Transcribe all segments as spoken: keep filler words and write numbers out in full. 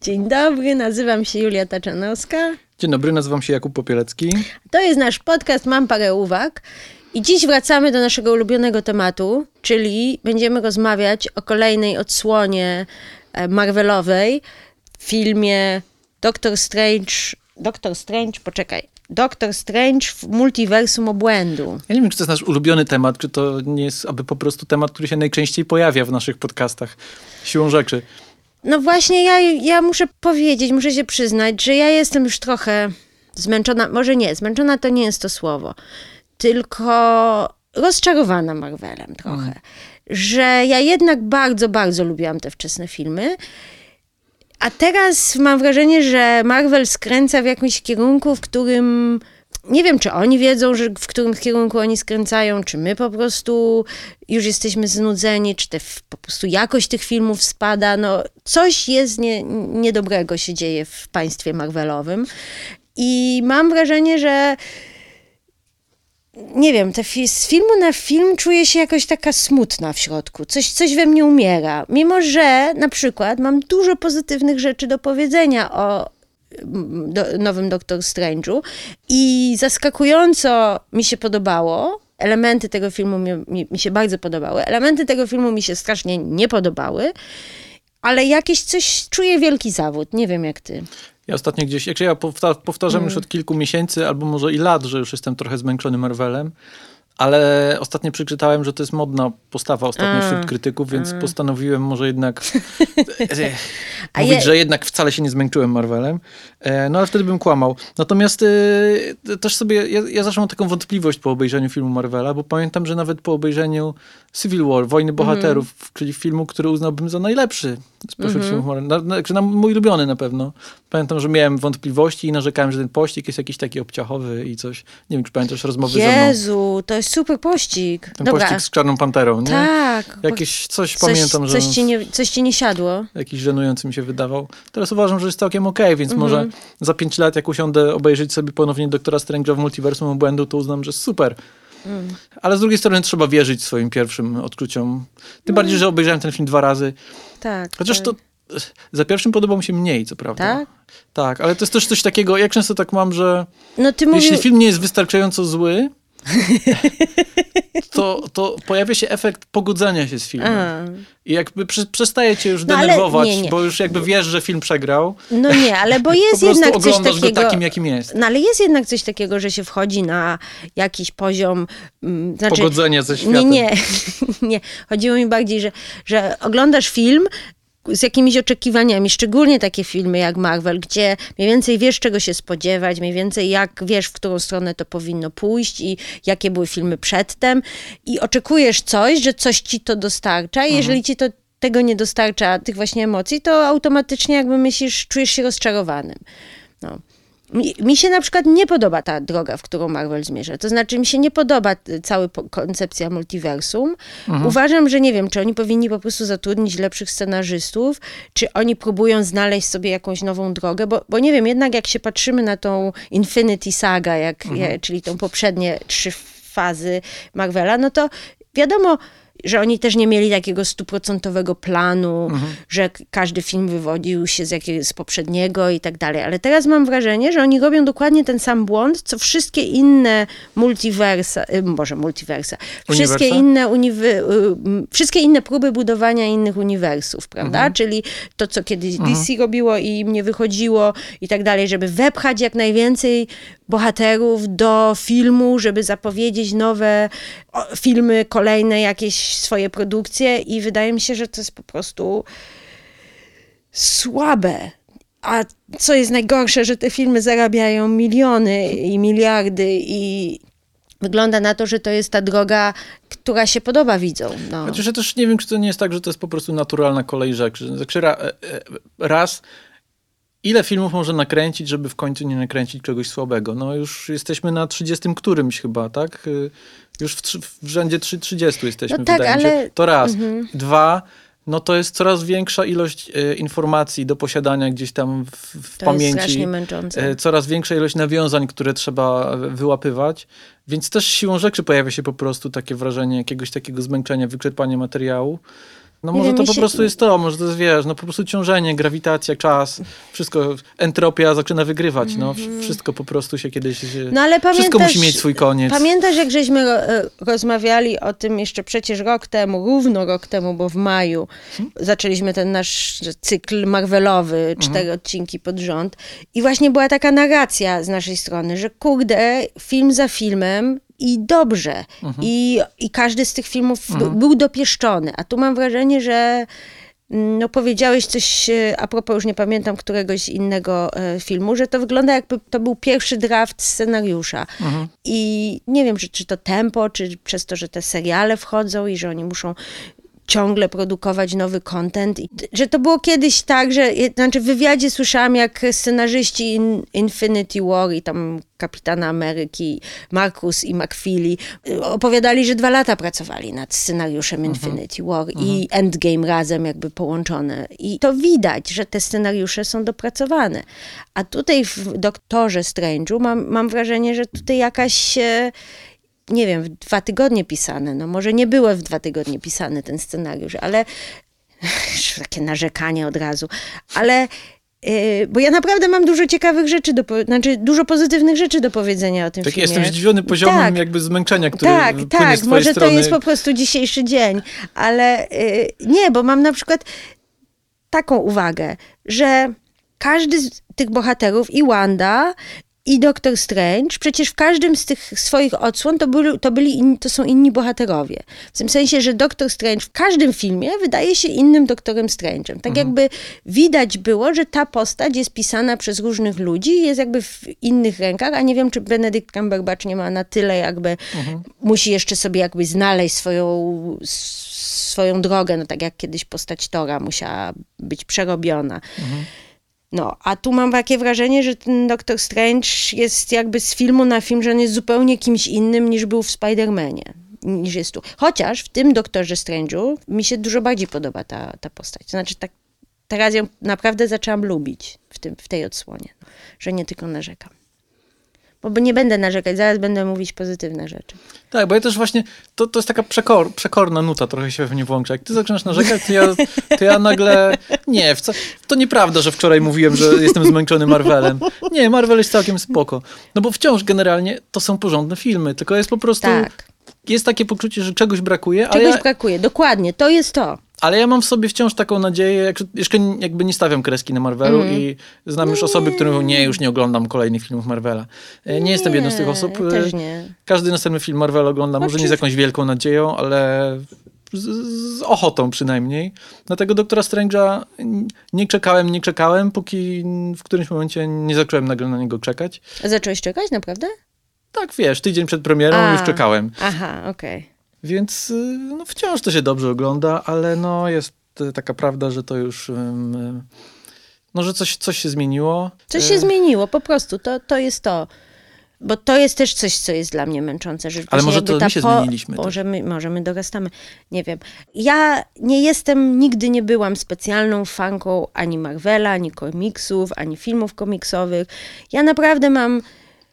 Dzień dobry, nazywam się Julia Taczanowska. Dzień dobry, nazywam się Jakub Popielecki. To jest nasz podcast Mam parę uwag. I dziś wracamy do naszego ulubionego tematu, czyli będziemy rozmawiać o kolejnej odsłonie Marvelowej w filmie Doctor Strange... Doctor Strange, poczekaj. Doctor Strange w multiversum obłędu. Ja nie wiem, czy to jest nasz ulubiony temat, czy to nie jest aby po prostu temat, który się najczęściej pojawia w naszych podcastach. Siłą rzeczy. No właśnie, ja, ja muszę powiedzieć, muszę się przyznać, że ja jestem już trochę zmęczona, może nie, zmęczona to nie jest to słowo, tylko rozczarowana Marvelem trochę. Mm. Że ja jednak bardzo, bardzo lubiłam te wczesne filmy, a teraz mam wrażenie, że Marvel skręca w jakimś kierunku, w którym... Nie wiem, czy oni wiedzą, że w którym kierunku oni skręcają, czy my po prostu już jesteśmy znudzeni, czy te, po prostu jakość tych filmów spada. No, coś jest nie, niedobrego się dzieje w państwie Marvelowym. I mam wrażenie, że nie wiem, te, z filmu na film czuję się jakoś taka smutna w środku. Coś, coś we mnie umiera. Mimo, że na przykład mam dużo pozytywnych rzeczy do powiedzenia o do, nowym Doctor Strange'u i zaskakująco mi się podobało. Elementy tego filmu mi, mi, mi się bardzo podobały. Elementy tego filmu mi się strasznie nie podobały, ale jakieś coś czuję wielki zawód. Nie wiem jak ty. Ja ostatnio gdzieś, jak ja powta- powtarzam mm. już od kilku miesięcy, albo może i lat, że już jestem trochę zmęczony Marvelem, ale ostatnio przeczytałem, że to jest modna postawa ostatnio a, wśród krytyków, więc a. postanowiłem może jednak mówić, je... że jednak wcale się nie zmęczyłem Marvelem. No ale wtedy bym kłamał. Natomiast y, też sobie, ja, ja zawsze mam taką wątpliwość po obejrzeniu filmu Marvela, bo pamiętam, że nawet po obejrzeniu Civil War, Wojny Bohaterów, mm. czyli filmu, który uznałbym za najlepszy spośród mm-hmm. filmów Marvela, na, na, na mój ulubiony na pewno. Pamiętam, że miałem wątpliwości i narzekałem, że ten pościg jest jakiś taki obciachowy i coś. Nie wiem, czy pamiętasz rozmowy Jezu, ze mną. Jezu, to jest super pościg. Ten Dobra. pościg z Czarną Panterą, nie? Tak. Jakieś coś, coś pamiętam, że... Coś ci, nie, coś ci nie siadło. Jakiś żenujący mi się wydawał. Teraz uważam, że jest całkiem okej, okay, więc mm-hmm. może za pięć lat, jak usiądę obejrzeć sobie ponownie Doktora Strange'a w multiversum obłędu, to uznam, że super. Mm. Ale z drugiej strony trzeba wierzyć swoim pierwszym odczuciom. Tym mm. bardziej, że obejrzałem ten film dwa razy. Tak. Chociaż tak. to za pierwszym podobał mi się mniej, co prawda. Tak? Tak, ale to jest też coś takiego, jak często tak mam, że no ty jeśli mówił... film nie jest wystarczająco zły, to, to pojawia się efekt pogodzenia się z filmem. A. I jakby przy, przestaje cię już no, denerwować, nie, nie. bo już jakby wiesz, że film przegrał. No nie, ale bo jest jednak coś takiego... go takim, jakim jest. No ale jest jednak coś takiego, że się wchodzi na jakiś poziom... Znaczy, pogodzenia ze światem. Nie, nie. nie. Chodziło mi bardziej, że, że oglądasz film z jakimiś oczekiwaniami, szczególnie takie filmy jak Marvel, gdzie mniej więcej wiesz, czego się spodziewać, mniej więcej jak wiesz, w którą stronę to powinno pójść i jakie były filmy przedtem i oczekujesz coś, że coś ci to dostarcza i mhm. jeżeli ci to tego nie dostarcza, tych właśnie emocji, to automatycznie jakby myślisz, czujesz się rozczarowanym. No. Mi, mi się na przykład nie podoba ta droga, w którą Marvel zmierza. To znaczy mi się nie podoba cała koncepcja multiversum. Mhm. Uważam, że nie wiem, czy oni powinni po prostu zatrudnić lepszych scenarzystów, czy oni próbują znaleźć sobie jakąś nową drogę, bo, bo nie wiem, jednak jak się patrzymy na tą Infinity Saga, jak, mhm. je, czyli tą poprzednie trzy fazy Marvela, no to wiadomo, że oni też nie mieli takiego stuprocentowego planu, mhm. że każdy film wywodził się z, jakiego, z poprzedniego i tak dalej. Ale teraz mam wrażenie, że oni robią dokładnie ten sam błąd, co wszystkie inne multiversa, może multiversa, Uniwersa? wszystkie inne, uniwy, wszystkie inne próby budowania innych uniwersów, prawda? Mhm. Czyli to, co kiedyś mhm. D C robiło i im nie wychodziło i tak dalej, żeby wepchać jak najwięcej bohaterów do filmu, żeby zapowiedzieć nowe filmy, kolejne jakieś swoje produkcje i wydaje mi się, że to jest po prostu słabe. A co jest najgorsze, że te filmy zarabiają miliony i miliardy i wygląda na to, że to jest ta droga, która się podoba widzom. No. Chociaż ja też nie wiem, czy to nie jest tak, że to jest po prostu naturalna kolej rzeczy. Znaczy raz... Ile filmów może nakręcić, żeby w końcu nie nakręcić czegoś słabego? No już jesteśmy na trzydziestym którymś chyba, tak? Już w, w rzędzie trzydziestu jesteśmy, no tak, wydaje mi ale... się. To raz. Mhm. Dwa, no to jest coraz większa ilość e, informacji do posiadania gdzieś tam w, w to pamięci. To jest strasznie męczące. E, coraz większa ilość nawiązań, które trzeba wyłapywać. Więc też siłą rzeczy pojawia się po prostu takie wrażenie jakiegoś takiego zmęczenia, wyczerpania materiału. No Nie może wiem, to mi po się- prostu jest to, może to jest, wiesz, no po prostu ciążenie, grawitacja, czas, wszystko, entropia zaczyna wygrywać, no. Wszystko po prostu się kiedyś... No ale Wszystko pamiętasz, musi mieć swój koniec. Pamiętasz, jak żeśmy ro, e, rozmawiali o tym jeszcze przecież rok temu, równo rok temu, bo w maju hmm? zaczęliśmy ten nasz cykl Marvelowy, cztery hmm. odcinki pod rząd. I właśnie była taka narracja z naszej strony, że kurde, film za filmem i dobrze. Mhm. I, I każdy z tych filmów mhm. był dopieszczony. A tu mam wrażenie, że no powiedziałeś coś, a propos, już nie pamiętam, któregoś innego e, filmu, że to wygląda jakby to był pierwszy draft scenariusza. Mhm. I nie wiem, czy, czy to tempo, czy przez to, że te seriale wchodzą i że oni muszą ciągle produkować nowy content. I, że to było kiedyś tak, że znaczy w wywiadzie słyszałam, jak scenarzyści in, Infinity War i tam Kapitana Ameryki, Marcus i McFeely opowiadali, że dwa lata pracowali nad scenariuszem Infinity War uh-huh. i Endgame razem jakby połączone. I to widać, że te scenariusze są dopracowane. A tutaj w Doktorze Strange'u mam, mam wrażenie, że tutaj jakaś nie wiem, w dwa tygodnie pisane. No może nie było w dwa tygodnie pisany ten scenariusz, ale takie narzekanie od razu. Ale Yy, bo ja naprawdę mam dużo ciekawych rzeczy, do, znaczy dużo pozytywnych rzeczy do powiedzenia o tym tak, filmie. Jestem zdziwiony poziomem tak, jakby zmęczenia, który tak, płynie tak, z twojej może strony. To jest po prostu dzisiejszy dzień, ale yy, nie, bo mam na przykład taką uwagę, że każdy z tych bohaterów, i Wanda, i Doktor Strange, przecież w każdym z tych swoich odsłon to, byli, to, byli in, to są inni bohaterowie. W tym sensie, że Doktor Strange w każdym filmie wydaje się innym Doktorem Strange'em. Tak mhm. jakby widać było, że ta postać jest pisana przez różnych ludzi, jest jakby w innych rękach, a nie wiem, czy Benedict Cumberbatch nie ma na tyle jakby, mhm. musi jeszcze sobie jakby znaleźć swoją, swoją drogę, no tak jak kiedyś postać Tora musiała być przerobiona. Mhm. No, a tu mam takie wrażenie, że ten Doktor Strange jest jakby z filmu na film, że on jest zupełnie kimś innym niż był w Spider-Manie, niż jest tu. Chociaż w tym Doktorze Strange'u mi się dużo bardziej podoba ta, ta postać. To znaczy tak, teraz ją naprawdę zaczęłam lubić w, tym, w tej odsłonie, że nie tylko narzekam. Bo nie będę narzekać, zaraz będę mówić pozytywne rzeczy. Tak, bo ja też właśnie, to, to jest taka przekor, przekorna nuta, trochę się we mnie włącza. Jak ty zaczynasz narzekać, to ja, to ja nagle, nie, wca, to nieprawda, że wczoraj mówiłem, że jestem zmęczony Marvelem. Nie, Marvel jest całkiem spoko. No bo wciąż generalnie to są porządne filmy, tylko jest po prostu, tak. jest takie poczucie, że czegoś brakuje. Czegoś ale ja, brakuje, dokładnie, to jest to. Ale ja mam w sobie wciąż taką nadzieję, jak, jeszcze jakby nie stawiam kreski na Marvelu mm. i znam już osoby, które mówią, nie, już nie oglądam kolejnych filmów Marvela. Nie, nie jestem jedną z tych osób. Też nie. Każdy następny film Marvela oglądam, może nie z jakąś wielką nadzieją, ale z, z ochotą przynajmniej. Dlatego Doktora Strange'a nie czekałem, nie czekałem, póki w którymś momencie nie zacząłem nagle na niego czekać. A zacząłeś czekać, naprawdę? Tak, wiesz, tydzień przed premierą A. już czekałem. Aha, okej. Okay. Więc no, wciąż to się dobrze ogląda, ale no, jest taka prawda, że to już, um, no, że coś, coś się zmieniło. Coś się zmieniło, po prostu, to, to jest to. Bo to jest też coś, co jest dla mnie męczące. Że ale może to my się po... zmieniliśmy. Może my, może my dorastamy, nie wiem. Ja nie jestem, nigdy nie byłam specjalną fanką ani Marvela, ani komiksów, ani filmów komiksowych. Ja naprawdę mam...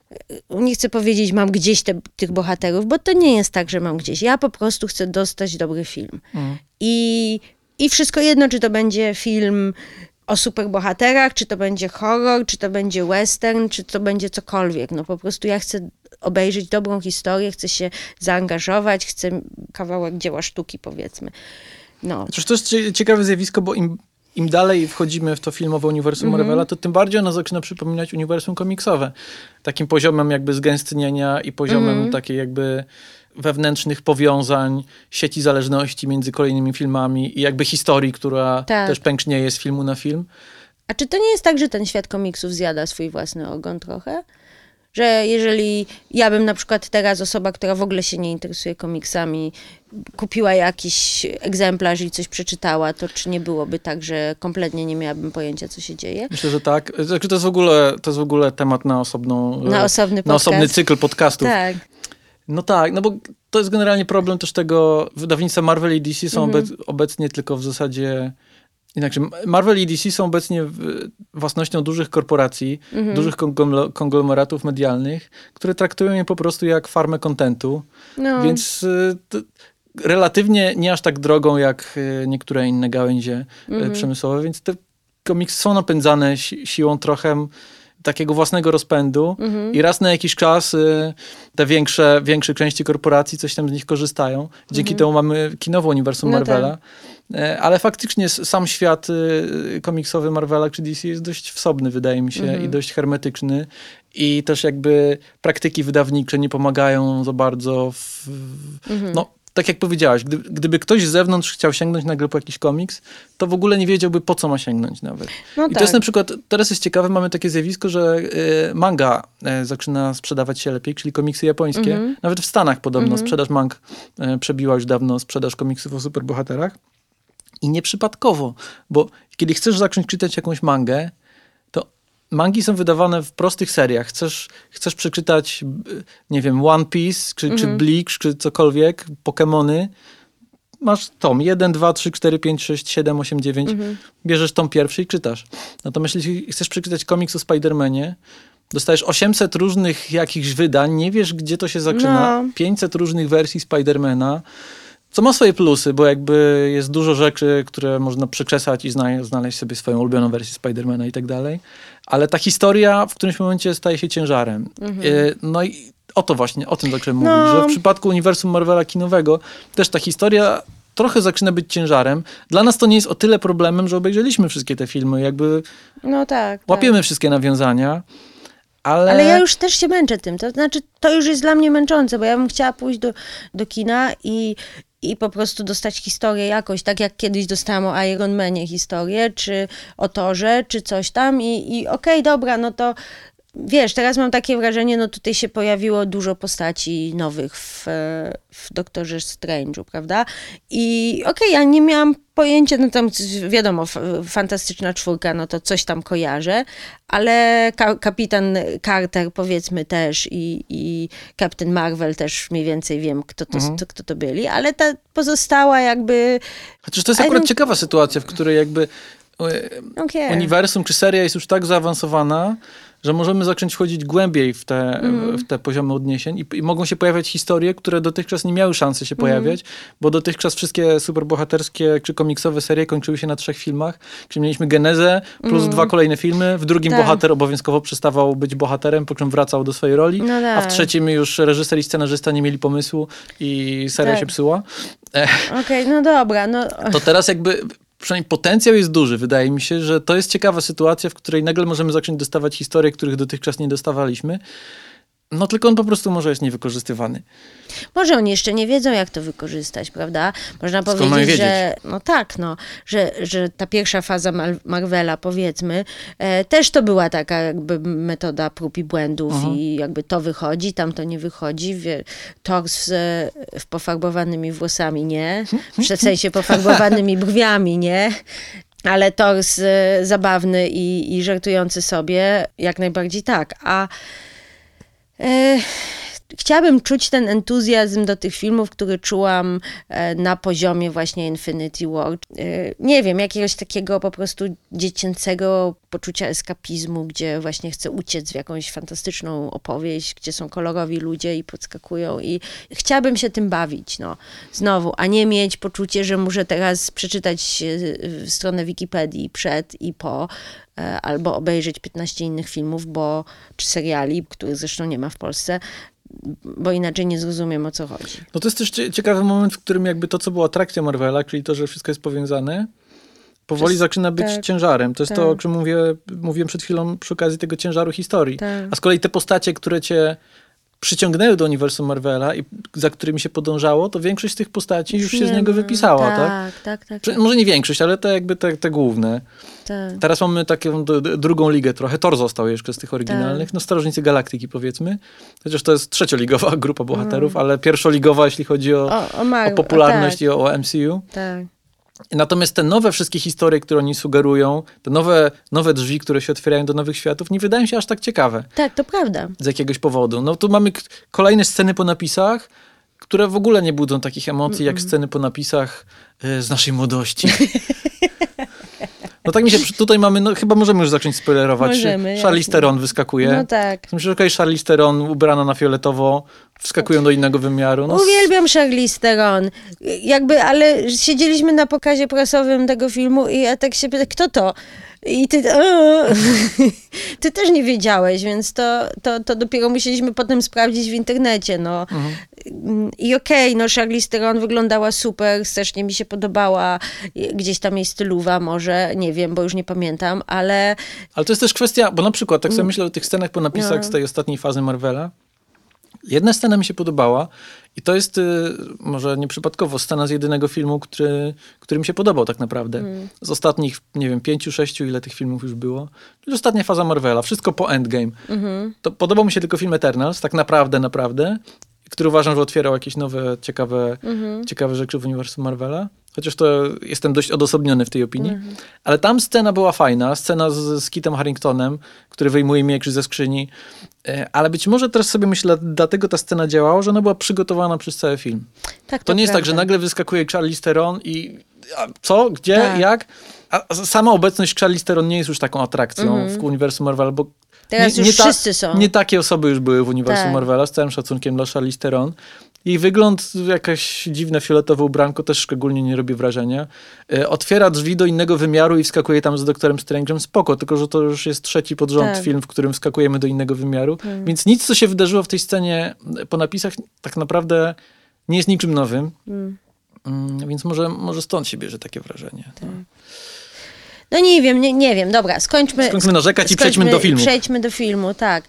Nie chcę powiedzieć, mam gdzieś te, tych bohaterów, bo to nie jest tak, że mam gdzieś. Ja po prostu chcę dostać dobry film. Mm. I, I wszystko jedno, czy to będzie film o superbohaterach, czy to będzie horror, czy to będzie western, czy to będzie cokolwiek. No po prostu ja chcę obejrzeć dobrą historię, chcę się zaangażować, chcę kawałek dzieła sztuki, powiedzmy. No. Przecież to jest ciekawe zjawisko, bo im Im dalej wchodzimy w to filmowe uniwersum mm-hmm. Marvela, to tym bardziej ono zaczyna przypominać uniwersum komiksowe. Takim poziomem jakby zgęstnienia i poziomem mm-hmm. takiej jakby wewnętrznych powiązań, sieci zależności między kolejnymi filmami i jakby historii, która tak. też pęknieje z filmu na film. A czy to nie jest tak, że ten świat komiksów zjada swój własny ogon trochę? Że jeżeli ja bym na przykład teraz osoba, która w ogóle się nie interesuje komiksami, kupiła jakiś egzemplarz i coś przeczytała, to czy nie byłoby tak, że kompletnie nie miałabym pojęcia, co się dzieje? Myślę, że tak. To jest w ogóle, to jest w ogóle temat na osobną, na osobny, na podcast. osobny cykl podcastów. Tak. No tak, no bo to jest generalnie problem też tego, wydawnictwa Marvel i D C są mhm. obec, obecnie tylko w zasadzie... Inaczej, Marvel i D C są obecnie własnością dużych korporacji, mhm. dużych konglomeratów medialnych, które traktują je po prostu jak farmę kontentu. No. Więc to, relatywnie nie aż tak drogą, jak niektóre inne gałęzie mm-hmm. przemysłowe, więc te komiksy są napędzane si- siłą trochę takiego własnego rozpędu mm-hmm. i raz na jakiś czas y, te większe, większe części korporacji coś tam z nich korzystają. Dzięki mm-hmm. temu mamy kinowe uniwersum no Marvela. Tak. Ale faktycznie sam świat y, komiksowy Marvela czy D C jest dość wsobny, wydaje mi się, mm-hmm. i dość hermetyczny. I też jakby praktyki wydawnicze nie pomagają za bardzo w, w, mm-hmm. no, tak jak powiedziałaś, gdy, gdyby ktoś z zewnątrz chciał sięgnąć nagle po jakiś komiks, to w ogóle nie wiedziałby, po co ma sięgnąć nawet. No I tak. to jest na przykład, teraz jest ciekawe, mamy takie zjawisko, że y, manga y, zaczyna sprzedawać się lepiej, czyli komiksy japońskie. Mm-hmm. Nawet w Stanach podobno mm-hmm. sprzedaż mang y, przebiła już dawno sprzedaż komiksów o superbohaterach. I nieprzypadkowo, bo kiedy chcesz zacząć czytać jakąś mangę, mangi są wydawane w prostych seriach. Chcesz, chcesz przeczytać, nie wiem, One Piece, czy, mm-hmm. czy Bleach, czy cokolwiek, Pokemony. Masz tom jeden, dwa, trzy, cztery, pięć, sześć, siedem, osiem, dziewięć. Mm-hmm. Bierzesz tom pierwszy i czytasz. Natomiast jeśli chcesz przeczytać komiks o Spider-Manie, dostajesz osiemset różnych jakichś wydań, nie wiesz, gdzie to się zaczyna. No. pięćset różnych wersji Spider-Mana. Co ma swoje plusy, bo jakby jest dużo rzeczy, które można przekrzesać i zna- znaleźć sobie swoją ulubioną wersję Spidermana i tak dalej. Ale ta historia w którymś momencie staje się ciężarem. Mhm. Y- no i o to właśnie, o tym zacząłem no. mówić, że w przypadku uniwersum Marvela kinowego też ta historia trochę zaczyna być ciężarem. Dla nas to nie jest o tyle problemem, że obejrzeliśmy wszystkie te filmy, jakby no tak, łapiemy tak. wszystkie nawiązania. Ale... Ale ja już też się męczę tym. To znaczy, to już jest dla mnie męczące, bo ja bym chciała pójść do, do kina i, i po prostu dostać historię jakoś, tak jak kiedyś dostałam o Iron Manie historię, czy o Torze, czy coś tam i, i okej, okay, dobra, no to wiesz, teraz mam takie wrażenie, no tutaj się pojawiło dużo postaci nowych w, w Doktorze Strange'u, prawda? I okej, okay, ja nie miałam pojęcia, no tam wiadomo, f- fantastyczna czwórka, no to coś tam kojarzę, ale ka- kapitan Carter powiedzmy też i, i Captain Marvel też mniej więcej wiem, kto to, mhm. to, kto to byli, ale ta pozostała jakby... Chociaż to jest akurat ciekawa sytuacja, w której jakby okay. uniwersum czy seria jest już tak zaawansowana, że możemy zacząć wchodzić głębiej w te, mm. w te poziomy odniesień i, i mogą się pojawiać historie, które dotychczas nie miały szansy się pojawiać, mm. bo dotychczas wszystkie superbohaterskie czy komiksowe serie kończyły się na trzech filmach, czyli mieliśmy genezę plus mm. dwa kolejne filmy, w drugim tak. bohater obowiązkowo przestawał być bohaterem, po czym wracał do swojej roli, no tak. a w trzecim już reżyser i scenarzysta nie mieli pomysłu i seria tak. się psuła. Okej, okay, no dobra. No. To teraz jakby... Przynajmniej potencjał jest duży. Wydaje mi się, że to jest ciekawa sytuacja, w której nagle możemy zacząć dostawać historie, których dotychczas nie dostawaliśmy. No tylko on po prostu może jest niewykorzystywany. Może oni jeszcze nie wiedzą, jak to wykorzystać, prawda? Można Skąd powiedzieć, że no tak, no, że, że ta pierwsza faza Marvela, powiedzmy, e, też to była taka jakby metoda prób i błędów uh-huh. i jakby to wychodzi, tam to nie wychodzi. Wie, Thor z, z pofarbowanymi włosami nie, w sensie pofarbowanymi brwiami nie, ale Thor z, zabawny i, i żartujący sobie jak najbardziej tak, a E, chciałabym czuć ten entuzjazm do tych filmów, który czułam e, na poziomie właśnie Infinity War. E, nie wiem, jakiegoś takiego po prostu dziecięcego poczucia eskapizmu, gdzie właśnie chcę uciec w jakąś fantastyczną opowieść, gdzie są kolorowi ludzie i podskakują i chciałabym się tym bawić, no. Znowu, a nie mieć poczucie, że muszę teraz przeczytać e, stronę Wikipedii przed i po, albo obejrzeć piętnaście innych filmów, bo, czy seriali, których zresztą nie ma w Polsce, bo inaczej nie zrozumiem, o co chodzi. No to jest też ciekawy moment, w którym jakby to, co było atrakcją Marvela, czyli to, że wszystko jest powiązane, powoli Przez, zaczyna być tak, ciężarem. To jest tak. to, o czym mówię, mówiłem przed chwilą przy okazji tego ciężaru historii. Tak. A z kolei te postacie, które cię przyciągnęły do uniwersum Marvela i za którymi się podążało, to większość z tych postaci już się z niego wypisała, tak? Tak, tak, tak. Może nie większość, ale te jakby te, te główne. Tak. Teraz mamy taką d- d- drugą ligę trochę. Thor został jeszcze z tych oryginalnych. Tak. No Strażnicy Galaktyki powiedzmy. Chociaż to jest trzecioligowa grupa bohaterów, mm. ale pierwszoligowa, jeśli chodzi o, o, o, Mar- o popularność o, tak. i o, o M C U. Tak. Natomiast te nowe wszystkie historie, które oni sugerują, te nowe, nowe drzwi, które się otwierają do nowych światów, nie wydają się aż tak ciekawe. Tak, to prawda. Z jakiegoś powodu. No tu mamy k- kolejne sceny po napisach, które w ogóle nie budzą takich emocji, Mm-mm. jak sceny po napisach y, z naszej młodości. No tak mi się, tutaj mamy, no chyba możemy już zacząć spoilerować. Możemy, Charlize Theron wyskakuje. No tak. Myślę, że okej, Charlize Theron ubrana na fioletowo, wskakują do innego wymiaru. No, Uwielbiam Charlize Theron. Jakby, ale siedzieliśmy na pokazie prasowym tego filmu i ja tak się pytam, kto to? I ty, ty też nie wiedziałeś, więc to, to, to dopiero musieliśmy potem sprawdzić w internecie. No. Mhm. I okej, okay, no Charlize Theron wyglądała super, strasznie mi się podobała. Gdzieś tam jej styluwa może, nie wiem, bo już nie pamiętam, ale... Ale to jest też kwestia, bo na przykład, tak sobie myślę o tych scenach po napisach no. z tej ostatniej fazy Marvela. Jedna scena mi się podobała i to jest y, może nieprzypadkowo scena z jedynego filmu, który, który mi się podobał tak naprawdę. Mm. Z ostatnich, nie wiem, pięciu, sześciu, ile tych filmów już było. To jest ostatnia faza Marvela, wszystko po Endgame. Mm-hmm. To podobał mi się tylko film Eternals, tak naprawdę, naprawdę, który uważam, że otwierał jakieś nowe, ciekawe, mm-hmm. ciekawe rzeczy w uniwersum Marvela. Chociaż to jestem dość odosobniony w tej opinii. Mm-hmm. Ale tam scena była fajna. Scena z, z Kitem Haringtonem, który wyjmuje miecz ze skrzyni. Ale być może teraz sobie myślę, dlatego ta scena działała, że ona była przygotowana przez cały film. Tak, to, to nie jest prawda. tak, że nagle wyskakuje Charlize Theron i a co? Gdzie? Tak. Jak? A sama obecność Charlize Theron nie jest już taką atrakcją mm-hmm. w uniwersum Marvela, bo teraz nie, już nie ta, wszyscy są. Nie takie osoby już były w uniwersum tak. Marvela, z całym szacunkiem dla Charlize Theron. Jej wygląd, jakaś dziwne fioletowe ubranko też szczególnie nie robi wrażenia. E, otwiera drzwi do innego wymiaru i wskakuje tam z doktorem Strange'em. Spoko, tylko że to już jest trzeci pod rząd tak. film, w którym wskakujemy do innego wymiaru. Hmm. Więc nic, co się wydarzyło w tej scenie po napisach, tak naprawdę nie jest niczym nowym. Hmm. Mm, więc może, może stąd się bierze takie wrażenie. Tak. No nie wiem, nie, nie wiem. Dobra, skończmy. Skończmy narzekać skończmy, i przejdźmy do filmu. Przejdźmy do filmu, tak.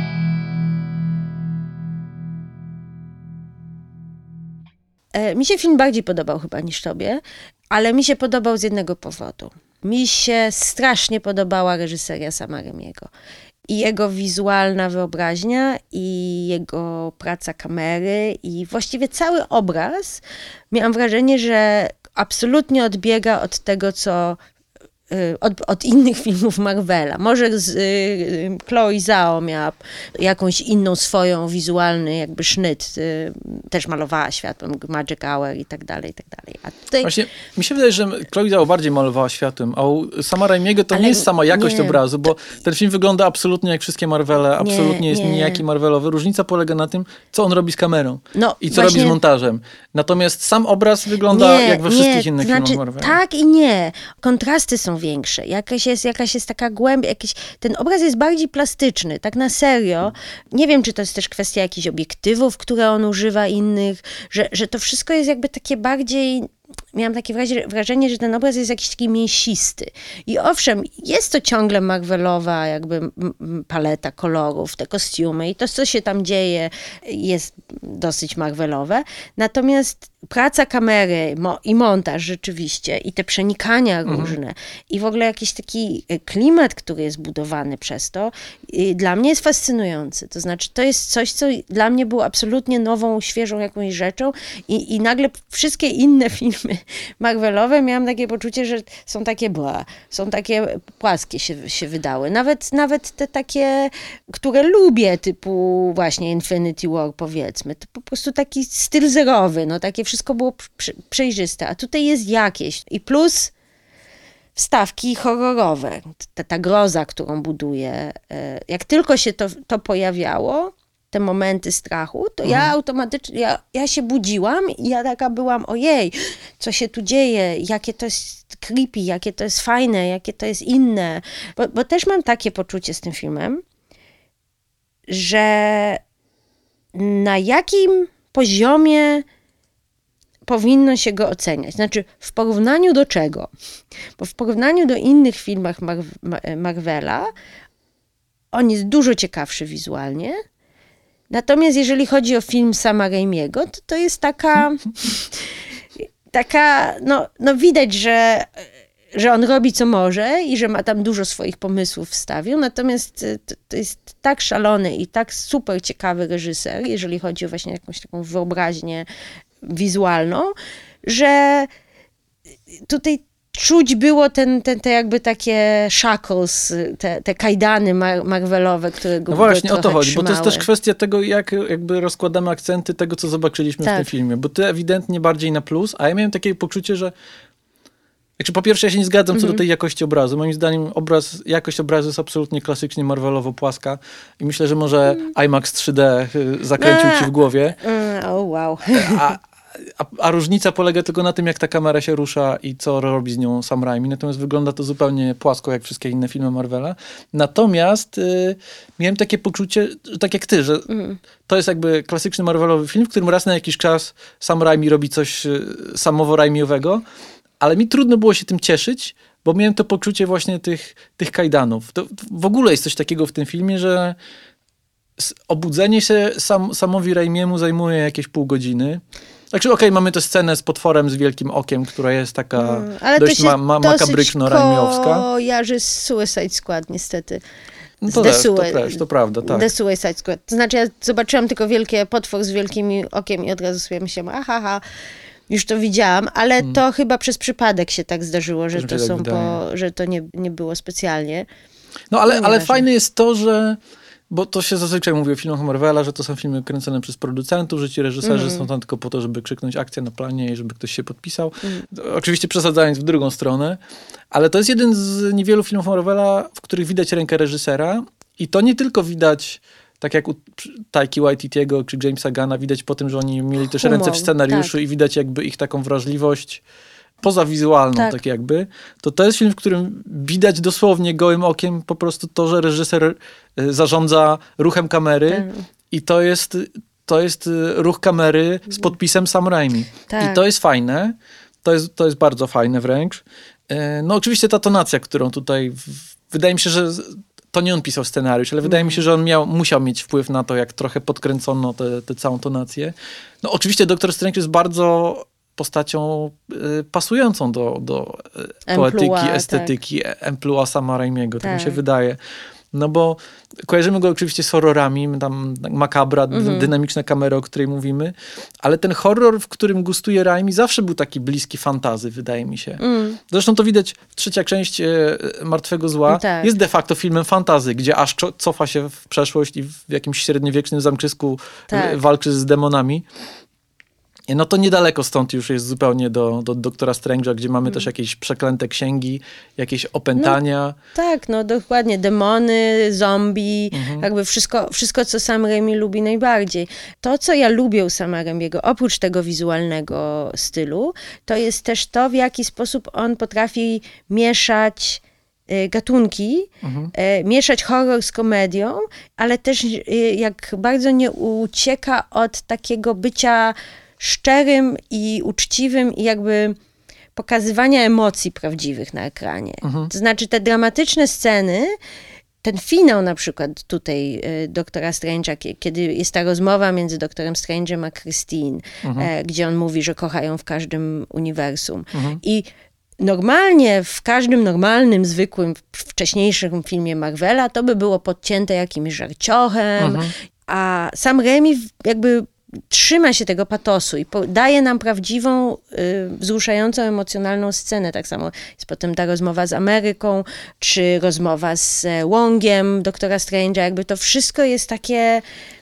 Mi się film bardziej podobał chyba niż tobie, ale mi się podobał z jednego powodu. Mi się strasznie podobała reżyseria Sama Raimiego. I jego wizualna wyobraźnia, i jego praca kamery, i właściwie cały obraz. Miałam wrażenie, że absolutnie odbiega od tego, co Od, od innych filmów Marvela. Może z, y, Chloe Zhao miała jakąś inną swoją wizualny jakby sznyt. Y, też malowała światłem, Magic Hour i tak dalej, i tak dalej. A tutaj... Właśnie, mi się wydaje, że Chloe Zhao bardziej malowała światłem, a u Sama Raimiego to Ale nie jest sama jakość nie. obrazu, bo ten film wygląda absolutnie jak wszystkie Marvele, absolutnie nie, jest nie. nijaki Marvelowy. Różnica polega na tym, co on robi z kamerą no, i co właśnie... robi z montażem. Natomiast sam obraz wygląda nie, jak we wszystkich nie. innych znaczy, filmach Marvela. Tak i nie. Kontrasty są większe. Jakaś jest, jakaś jest taka głębia, jakiś, ten obraz jest bardziej plastyczny, tak na serio. Nie wiem, czy to jest też kwestia jakichś obiektywów, które on używa innych, że, że to wszystko jest jakby takie bardziej... Miałam takie wrażenie, że ten obraz jest jakiś taki mięsisty. I owszem, jest to ciągle Marvelowa jakby paleta kolorów, te kostiumy i to, co się tam dzieje, jest dosyć Marvelowe. Natomiast praca kamery mo- i montaż rzeczywiście i te przenikania mhm. różne i w ogóle jakiś taki klimat, który jest budowany przez to, dla mnie jest fascynujący. To znaczy, to jest coś, co dla mnie było absolutnie nową, świeżą jakąś rzeczą i, i nagle wszystkie inne filmy Marvelowe miałam takie poczucie, że są takie bła, są takie płaskie się, się wydały. Nawet, nawet te takie, które lubię, typu właśnie Infinity War powiedzmy, to po prostu taki styl zerowy, no takie wszystko było przejrzyste, a tutaj jest jakieś. I plus wstawki horrorowe, ta, ta groza, którą buduje. Jak tylko się to, to pojawiało, te momenty strachu, to mhm. ja automatycznie, ja, ja się budziłam i ja taka byłam, ojej, co się tu dzieje, jakie to jest creepy, jakie to jest fajne, jakie to jest inne. Bo, bo też mam takie poczucie z tym filmem, że na jakim poziomie powinno się go oceniać. Znaczy, w porównaniu do czego? Bo w porównaniu do innych filmów Mar- Marvela on jest dużo ciekawszy wizualnie. Natomiast jeżeli chodzi o film Sama Raimiego, to to jest taka, taka no, no widać, że, że on robi co może i że ma tam dużo swoich pomysłów wstawił, natomiast to, to jest tak szalony i tak super ciekawy reżyser, jeżeli chodzi o właśnie jakąś taką wyobraźnię wizualną, że tutaj czuć było ten, ten, te jakby takie shackles, te, te kajdany mar- Marvelowe, które go No właśnie, o to chodzi, trzymały. bo to jest też kwestia tego, jak jakby rozkładamy akcenty tego, co zobaczyliśmy tak. w tym filmie, bo ty ewidentnie bardziej na plus, a ja miałem takie poczucie, że Znaczy, po pierwsze, ja się nie zgadzam co Mhm. do tej jakości obrazu. Moim zdaniem obraz, jakość obrazu jest absolutnie klasycznie Marvelowo płaska i myślę, że może IMAX trzy D y, zakręcił ci w głowie. Mm, o wow. A, a, a różnica polega tylko na tym, jak ta kamera się rusza i co robi z nią Sam Raimi. Natomiast wygląda to zupełnie płasko, jak wszystkie inne filmy Marvela. Natomiast y, miałem takie poczucie, że tak jak ty, że Mm. to jest jakby klasyczny Marvelowy film, w którym raz na jakiś czas Sam Raimi robi coś y, samowo-Raimiowego, ale mi trudno było się tym cieszyć, bo miałem to poczucie właśnie tych, tych kajdanów. To w ogóle jest coś takiego w tym filmie, że s- obudzenie się sam, Samowi Raimiemu zajmuje jakieś pół godziny. Znaczy, okej, mamy tę scenę z potworem z wielkim okiem, która jest taka Mm, ale dość to się ma, ma, dosyć makabryczno-raimiowska. kojarzy z Suicide Squad niestety. No z to, The też, to Sui- też, to prawda, tak. The Suicide Squad. To znaczy, ja zobaczyłam tylko wielkie potwór z wielkim okiem i od razu sobie myślałam, aha, aha, już to widziałam, ale Hmm. to chyba przez przypadek się tak zdarzyło, że Też mi to się tak są po, wydaje. że to nie, nie było specjalnie. No ale, No, ale nieważne. fajne jest to, że bo to się zazwyczaj mówi o filmach Marvela, że to są filmy kręcone przez producentów, że ci reżyserzy Mhm. są tam tylko po to, żeby krzyknąć akcję na planie i żeby ktoś się podpisał. Mhm. Oczywiście przesadzając w drugą stronę, ale to jest jeden z niewielu filmów Marvela, w których widać rękę reżysera i to nie tylko widać, tak jak u Taiki Waititiego czy Jamesa Gunna, widać po tym, że oni mieli też Humor, ręce w scenariuszu tak. i widać jakby ich taką wrażliwość pozawizualną, tak. Tak. jakby, to to jest film, w którym widać dosłownie gołym okiem po prostu to, że reżyser y, zarządza ruchem kamery Tak. i to jest, to jest y, ruch kamery z podpisem Sam Raimi. Tak. I to jest fajne, to jest, to jest bardzo fajne wręcz. Y, no oczywiście ta tonacja, którą tutaj, w, wydaje mi się, że z- to nie on pisał scenariusz, ale wydaje mi się, że on miał, musiał mieć wpływ na to, jak trochę podkręcono tę całą tonację. No oczywiście Doktor Strange jest bardzo postacią y, pasującą do, do y, poetyki, Emploi, estetyki, tak. emploi Sama Raimiego, tak mi się Tak. wydaje. No bo kojarzymy go oczywiście z horrorami, tam makabra, dy- Mhm. dynamiczna kamera, o której mówimy, ale ten horror, w którym gustuje Raimi, zawsze był taki bliski fantazy, wydaje mi się. Mm. Zresztą to widać w trzecia część e, Martwego Zła. Tak. Jest de facto filmem fantazy, gdzie aż co- cofa się w przeszłość i w jakimś średniowiecznym zamczysku Tak. e, walczy z demonami. No to niedaleko stąd już jest zupełnie do, do Doktora Strange'a, gdzie mamy też jakieś przeklęte księgi, jakieś opętania. Tak, no dokładnie. Demony, zombie, Mhm. jakby wszystko, wszystko, co Sam Raimi lubi najbardziej. To, co ja lubię u Sama Raimiego, oprócz tego wizualnego stylu, to jest też to, w jaki sposób on potrafi mieszać y, gatunki, Mhm. y, mieszać horror z komedią, ale też y, jak bardzo nie ucieka od takiego bycia szczerym i uczciwym i jakby pokazywania emocji prawdziwych na ekranie. Mhm. To znaczy te dramatyczne sceny, ten finał na przykład tutaj y, Doktora Strange'a, kie- kiedy jest ta rozmowa między Doktorem Strange'em a Christine, Mhm. e, gdzie on mówi, że kocha ją w każdym uniwersum. Mhm. I normalnie w każdym normalnym, zwykłym, wcześniejszym filmie Marvela to by było podcięte jakimś żarciochem, Mhm. a sam Raimi w- jakby trzyma się tego patosu i po, daje nam prawdziwą, y, wzruszającą, emocjonalną scenę. Tak samo jest potem ta rozmowa z Ameryką, czy rozmowa z e, Wongiem, Doktora Strange'a. Jakby to wszystko jest takie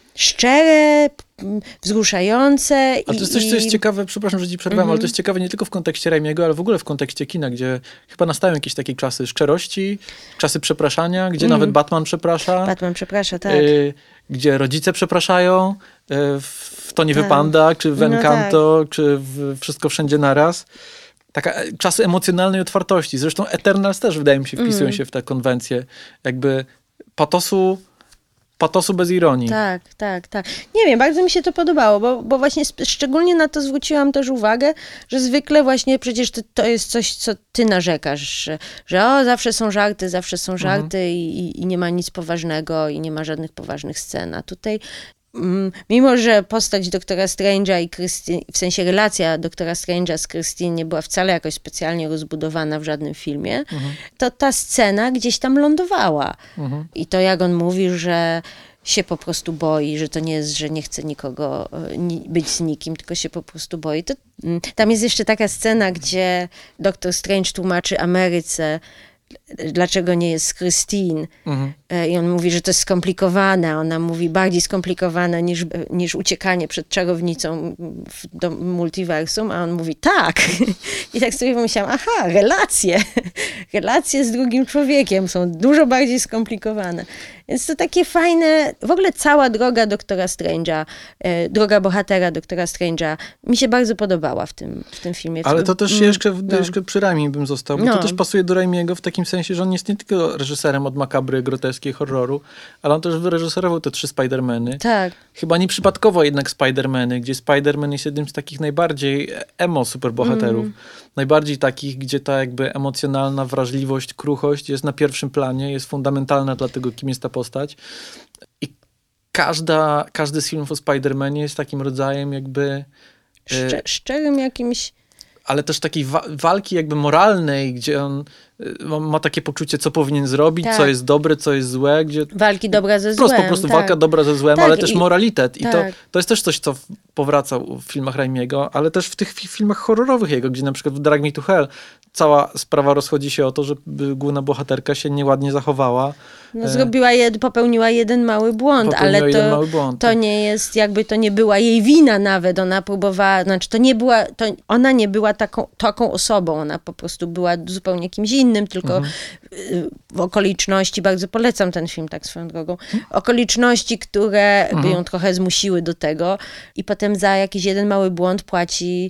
szczere, m, wzruszające. A to jest coś, co jest ciekawe, przepraszam, że ci przerwałem, Mhm. ale to jest ciekawe nie tylko w kontekście Raimiego, ale w ogóle w kontekście kina, gdzie chyba nastają jakieś takie czasy szczerości, czasy przepraszania, gdzie Mhm. nawet Batman przeprasza. Batman przeprasza, tak. y, gdzie rodzice przepraszają, y, w To nie Tak. wypanda, czy w No Encanto, czy w Wszystko wszędzie naraz. Taka e, czasy emocjonalnej otwartości. Zresztą Eternals też, wydaje mi się, wpisują Mhm. się w tę konwencję. Jakby patosu, patosu bez ironii. Tak, tak, tak. Nie wiem, bardzo mi się to podobało, bo, bo właśnie sp- szczególnie na to zwróciłam też uwagę, że zwykle właśnie przecież to, to jest coś, co ty narzekasz, że, że o, zawsze są żarty, zawsze są żarty i, i, i nie ma nic poważnego i nie ma żadnych poważnych scen. A tutaj mm, mimo, że postać Doktora Strange'a i Christine, w sensie relacja Doktora Strange'a z Christine nie była wcale jakoś specjalnie rozbudowana w żadnym filmie, to ta scena gdzieś tam lądowała. Mhm. I to jak on mówi, że się po prostu boi, że to nie jest, że nie chce nikogo e, ni- być z nikim, tylko się po prostu boi. To, mm, tam jest jeszcze taka scena, gdzie Doktor Strange tłumaczy Ameryce, dlaczego nie jest z Christine. Mhm. I on mówi, że to jest skomplikowane. Ona mówi bardziej skomplikowane niż, niż uciekanie przed czarownicą do multiversum, a on mówi tak. I tak sobie pomyślałam, aha, relacje. Relacje z drugim człowiekiem są dużo bardziej skomplikowane. Więc to takie fajne, w ogóle cała droga doktora Strange'a, e, droga bohatera doktora Strange'a mi się bardzo podobała w tym, w tym filmie. Ale to też mm, jeszcze, no. jeszcze przy Raimi bym został, bo no. to też pasuje do Raimiego w takim sensie, że on jest nie tylko reżyserem od makabry, groteski, horroru, ale on też wyreżyserował te trzy Spider-Many. Tak. Chyba nieprzypadkowo jednak Spider-Many, gdzie Spider-Man jest jednym z takich najbardziej emo superbohaterów. Mm. Najbardziej takich, gdzie ta jakby emocjonalna wrażliwość, kruchość jest na pierwszym planie, jest fundamentalna dla tego, kim jest ta postać. I każda, każdy z filmów o Spider-Manie jest takim rodzajem jakby... Szcze, szczerym jakimś... Ale też takiej wa- walki jakby moralnej, gdzie on y, ma takie poczucie, co powinien zrobić, tak. co jest dobre, co jest złe. Gdzie walki dobra ze złem. złem. Po prostu tak. walka dobra ze złem, tak, ale też i, moralitet. I tak. to, to jest też coś, co powraca w filmach Raimiego, ale też w tych filmach horrorowych jego, gdzie na przykład w Drag Me to Hell cała sprawa rozchodzi się o to, że główna bohaterka się nieładnie zachowała. No, zrobiła jed, popełniła jeden mały błąd, popełniła ale to, mały błąd, to tak. nie jest, jakby to nie była jej wina nawet. Ona próbowała, znaczy to nie była, to ona nie była taką, taką osobą, ona po prostu była zupełnie kimś innym, tylko mhm. w okoliczności, bardzo polecam ten film tak swoją drogą, okoliczności, które mhm. by ją trochę zmusiły do tego i potem za jakiś jeden mały błąd płaci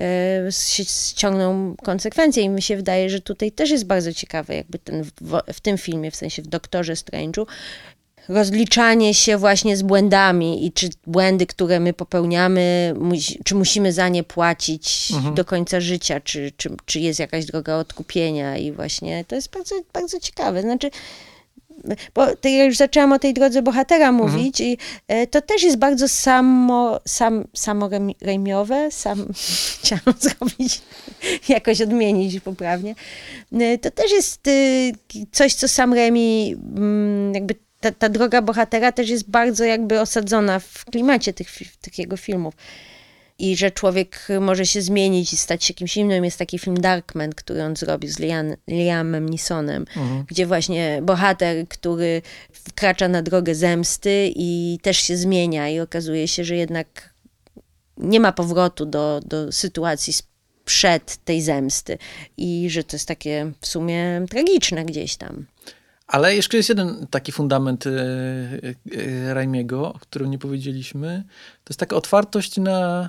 ściągną konsekwencje i mi się wydaje, że tutaj też jest bardzo ciekawe jakby ten w, w tym filmie, w sensie w Doktorze Strange'u, rozliczanie się właśnie z błędami i czy błędy, które my popełniamy, musi, czy musimy za nie płacić mhm. do końca życia, czy, czy, czy jest jakaś droga odkupienia i właśnie to jest bardzo, bardzo ciekawe. Znaczy bo ja już zaczęłam o tej drodze bohatera mówić mhm. i to też jest bardzo samo, sam, samorejmiowe, sam, chciałam zrobić, jakoś odmienić poprawnie. To też jest coś, co Sam Raimi, jakby ta, ta droga bohatera też jest bardzo jakby osadzona w klimacie tych, tych jego filmów. I że człowiek może się zmienić i stać się kimś innym. Jest taki film Darkman, który on zrobił z Liam, Liamem Neesonem, mhm. gdzie właśnie bohater, który wkracza na drogę zemsty i też się zmienia i okazuje się, że jednak nie ma powrotu do, do sytuacji sprzed tej zemsty i że to jest takie w sumie tragiczne gdzieś tam. Ale jeszcze jest jeden taki fundament e, e, Raimiego, o którym nie powiedzieliśmy. To jest taka otwartość na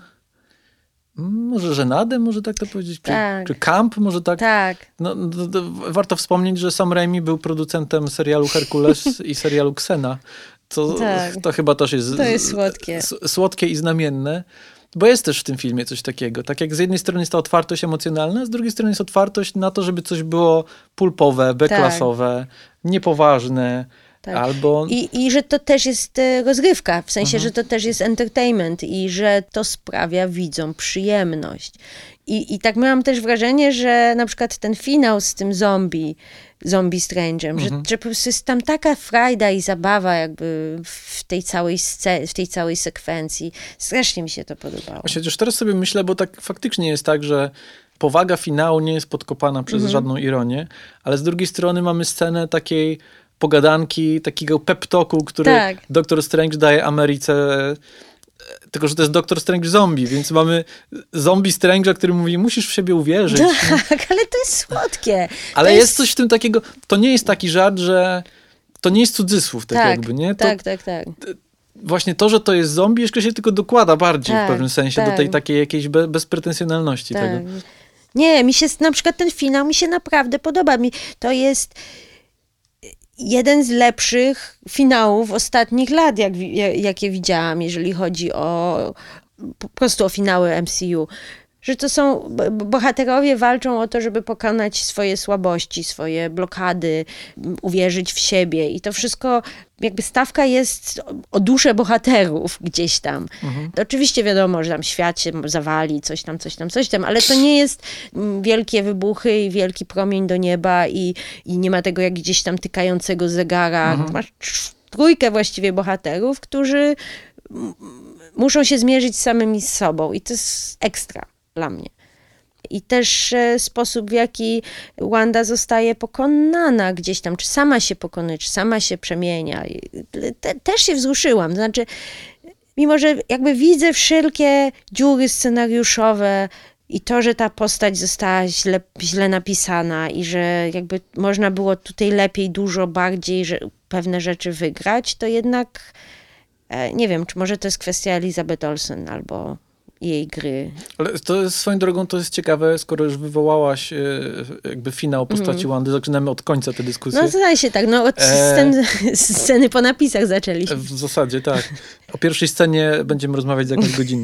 może żenadę, może tak to powiedzieć, czy, tak. czy camp, może tak. Tak. No, to, to warto wspomnieć, że Sam Raimi był producentem serialu Herkules i serialu Xena. To, tak. to chyba też jest, to jest słodkie. słodkie i znamienne. Bo jest też w tym filmie coś takiego. Tak jak z jednej strony jest ta otwartość emocjonalna, z drugiej strony jest otwartość na to, żeby coś było pulpowe, B-klasowe, tak. niepoważne. Tak. Albo... I, I że to też jest rozrywka, w sensie, mhm. że to też jest entertainment i że to sprawia widzom przyjemność. I, i tak miałam też wrażenie, że na przykład ten finał z tym zombie, zombie Strange'em, mhm. że, że po prostu jest tam taka frajda i zabawa jakby w tej całej sce- w tej całej sekwencji. Strasznie mi się to podobało. Właśnie, już teraz sobie myślę, bo tak faktycznie jest tak, że powaga finału nie jest podkopana przez mhm. żadną ironię, ale z drugiej strony mamy scenę takiej pogadanki, takiego pep-talku, który tak. Doktor Strange daje Ameryce, tylko że to jest Doktor Strange zombie, więc mamy zombie Strange'a, który mówi, musisz w siebie uwierzyć. Tak, ale to jest słodkie. Ale to jest... jest coś w tym takiego, to nie jest taki żart, że to nie jest cudzysłów, tak, tak jakby, nie? To, tak, tak, tak. Właśnie to, że to jest zombie, jeszcze się tylko dokłada bardziej tak, w pewnym sensie tak. do tej takiej jakiejś be- bezpretensjonalności tak. tego. Nie, mi się na przykład ten finał mi się naprawdę podoba. Mi, to jest jeden z lepszych finałów ostatnich lat, jak, jakie widziałam, jeżeli chodzi o po prostu o finały M C U. Że to są, bohaterowie walczą o to, żeby pokonać swoje słabości, swoje blokady, uwierzyć w siebie i to wszystko, jakby stawka jest o duszę bohaterów gdzieś tam. Mhm. To oczywiście wiadomo, że tam świat się zawali, coś tam, coś tam, coś tam, ale to nie jest wielkie wybuchy i wielki promień do nieba i, i nie ma tego jak gdzieś tam tykającego zegara. Mhm. Masz trójkę właściwie bohaterów, którzy muszą się zmierzyć z samymi sobą i to jest ekstra dla mnie. I też e, sposób, w jaki Wanda zostaje pokonana gdzieś tam, czy sama się pokonuje, czy sama się przemienia. Te, też się wzruszyłam. To znaczy, mimo że jakby widzę wszelkie dziury scenariuszowe i to, że ta postać została źle, źle napisana i że jakby można było tutaj lepiej, dużo bardziej że pewne rzeczy wygrać, to jednak e, nie wiem, czy może to jest kwestia Elizabeth Olsen albo jej gry. Ale to jest, swoją drogą to jest ciekawe, skoro już wywołałaś e, jakby finał postaci mm. Wandy, zaczynamy od końca tę dyskusję. No zdaje się tak, no od e... scen, sceny po napisach zaczęliśmy. W zasadzie tak. O pierwszej scenie będziemy rozmawiać za jakąś godzinę.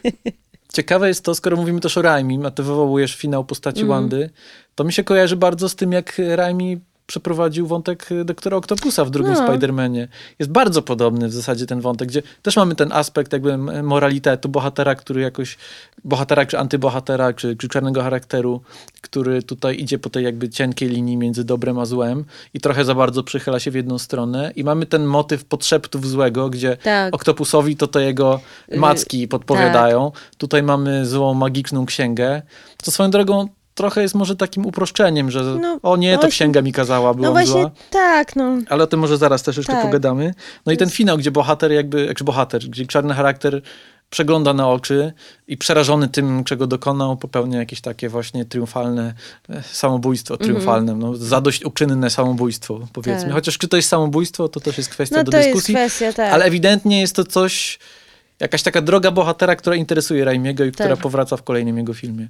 Ciekawe jest to, skoro mówimy też o Raimim, a ty wywołujesz finał postaci mm. Wandy, to mi się kojarzy bardzo z tym, jak Raimi przeprowadził wątek doktora Octopusa w drugim no. Spider-Manie. Jest bardzo podobny w zasadzie ten wątek, gdzie też mamy ten aspekt jakby moralitetu bohatera, który jakoś, bohatera czy antybohatera, czy, czy czarnego charakteru, który tutaj idzie po tej jakby cienkiej linii między dobrem a złem i trochę za bardzo przychyla się w jedną stronę. I mamy ten motyw podszeptów złego, gdzie tak. Octopusowi to te jego macki podpowiadają. Tak. Tutaj mamy złą, magiczną księgę. Co swoją drogą trochę jest może takim uproszczeniem, że no, o nie, to właśnie, księga mi kazała, byłam no właśnie, zła. Tak, no. Ale o tym może zaraz też jeszcze tak. pogadamy. No i ten finał, gdzie bohater jakby, jak bohater, gdzie czarny charakter przegląda na oczy i przerażony tym, czego dokonał, popełnia jakieś takie właśnie triumfalne samobójstwo, triumfalne, mm-hmm. no, zadośćuczynne samobójstwo, powiedzmy. Tak. Chociaż czy to jest samobójstwo, to też jest kwestia no, do to dyskusji. Jest kwestia, tak. Ale ewidentnie jest to coś, jakaś taka droga bohatera, która interesuje Raimiego i tak. która powraca w kolejnym jego filmie.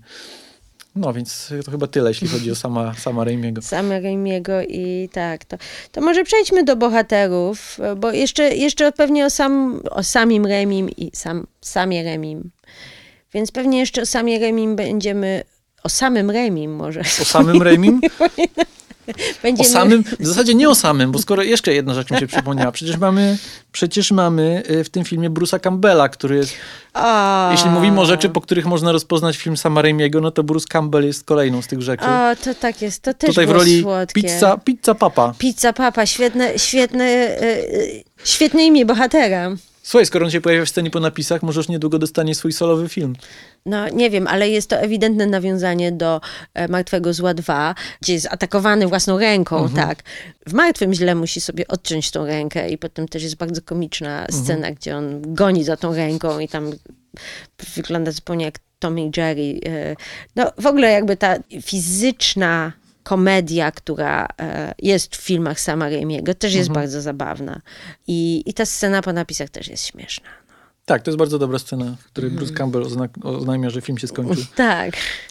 No, więc to chyba tyle, jeśli chodzi o sama, sama Raimiego. Sama Raimiego i tak. To, to może przejdźmy do bohaterów, bo jeszcze, jeszcze pewnie o, sam, o samim Raimim i sam, samie Raimim. Więc pewnie jeszcze o samie Raimim będziemy... O samym Raimim może. O samym Raimim? Będziemy... O samym, w zasadzie nie o samym, bo skoro jeszcze jedna rzecz mi się przypomniała. Przecież mamy, przecież mamy w tym filmie Bruce'a Campbella, który jest... A... Jeśli mówimy o rzeczy, po których można rozpoznać film Sama Raimiego, no to Bruce Campbell jest kolejną z tych rzeczy. O, to tak jest. To też tutaj było w roli słodkie. Pizza, pizza Papa. Pizza Papa. Świetne, świetne, yy, świetne imię bohatera. Słuchaj, skoro on się pojawia w scenie po napisach, możesz niedługo dostanie swój solowy film. No nie wiem, ale jest to ewidentne nawiązanie do e, Martwego Zła dwa, gdzie jest atakowany własną ręką, mhm. tak. W Martwym Źle musi sobie odciąć tą rękę i potem też jest bardzo komiczna scena, mhm. gdzie on goni za tą ręką i tam wygląda zupełnie jak Tom i Jerry. E, no w ogóle jakby ta fizyczna komedia, która e, jest w filmach Sama Raimiego, też jest mhm. bardzo zabawna. I, I ta scena po napisach też jest śmieszna. No. Tak, to jest bardzo dobra scena, w której Bruce Campbell ozna- oznajmia, że film się skończył. Tak.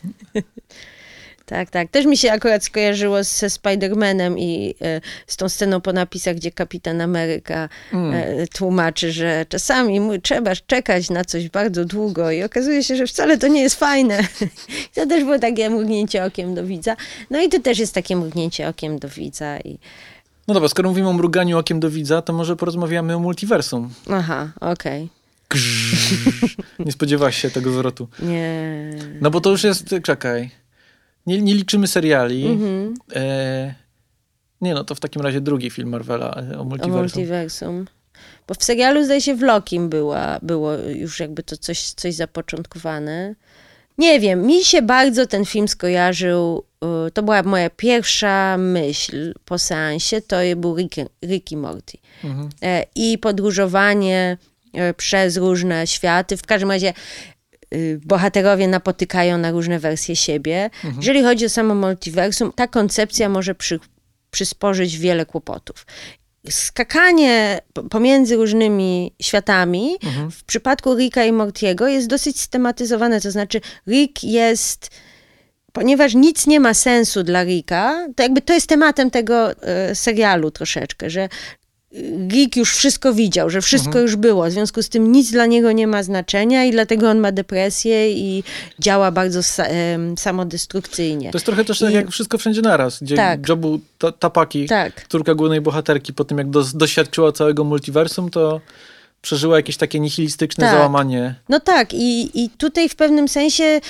Tak, tak. Też mi się akurat skojarzyło ze Spider-Manem i e, z tą sceną po napisach, gdzie Kapitan Ameryka mm. e, tłumaczy, że czasami mu, trzeba czekać na coś bardzo długo i okazuje się, że wcale to nie jest fajne. To też było takie mrugnięcie okiem do widza. No i to też jest takie mrugnięcie okiem do widza. I... No dobra, skoro mówimy o mruganiu okiem do widza, to może porozmawiamy o multiversum. Aha, okej. Okay. Nie spodziewałaś się tego zwrotu. Nie. No bo to już jest, czekaj, nie, nie liczymy seriali. Mm-hmm. E, nie no, to w takim razie drugi film Marvela o multiversum. O multiversum. Bo w serialu zdaje się w Lokim była, było już jakby to coś, coś zapoczątkowane. Nie wiem, mi się bardzo ten film skojarzył, to była moja pierwsza myśl po seansie, to był Rick, Rick i Morty. Mm-hmm. E, I podróżowanie przez różne światy. W każdym razie y, bohaterowie napotykają na różne wersje siebie. Mhm. Jeżeli chodzi o samo multiversum, ta koncepcja może przy, przysporzyć wiele kłopotów. Skakanie pomiędzy różnymi światami mhm. w przypadku Ricka i Mortiego jest dosyć systematyzowane. To znaczy Rick jest... Ponieważ nic nie ma sensu dla Ricka, to jakby to jest tematem tego y, serialu troszeczkę, że Rick już wszystko widział, że wszystko mhm. już było. W związku z tym nic dla niego nie ma znaczenia i dlatego on ma depresję i działa bardzo sa- samodestrukcyjnie. To jest trochę też I... jak Wszystko Wszędzie Naraz, gdzie tak. Jobu ta- Tapaki, tak. córka głównej bohaterki, po tym jak do- doświadczyła całego multiversum, to przeżyła jakieś takie nihilistyczne tak. załamanie. No tak i, i tutaj w pewnym sensie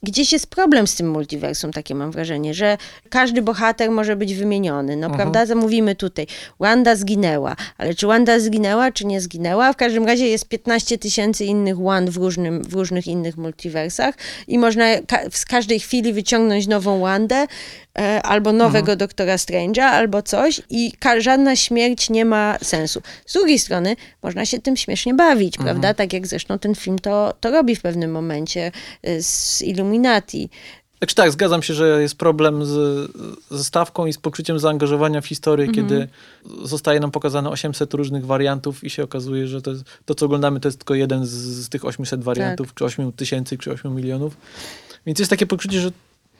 gdzieś jest problem z tym multiversum, takie mam wrażenie, że każdy bohater może być wymieniony, no mhm. prawda? Zamówimy tutaj, Wanda zginęła, ale czy Wanda zginęła, czy nie zginęła? W każdym razie jest piętnaście tysięcy innych Wand w, różnym, w różnych innych multiversach i można ka- z każdej chwili wyciągnąć nową Wandę, e, albo nowego mhm. Doktora Strange'a, albo coś i ka- żadna śmierć nie ma sensu. Z drugiej strony można się tym śmiesznie bawić, mhm. prawda? Tak jak zresztą ten film to, to robi w pewnym momencie z Illuminati. Znaczy tak, zgadzam się, że jest problem z, ze stawką i z poczuciem zaangażowania w historię, mm-hmm. kiedy zostaje nam pokazane osiemset różnych wariantów i się okazuje, że to, jest, to co oglądamy, to jest tylko jeden z, z tych osiemset wariantów, tak. czy osiem tysięcy, czy osiem milionów. Więc jest takie poczucie, że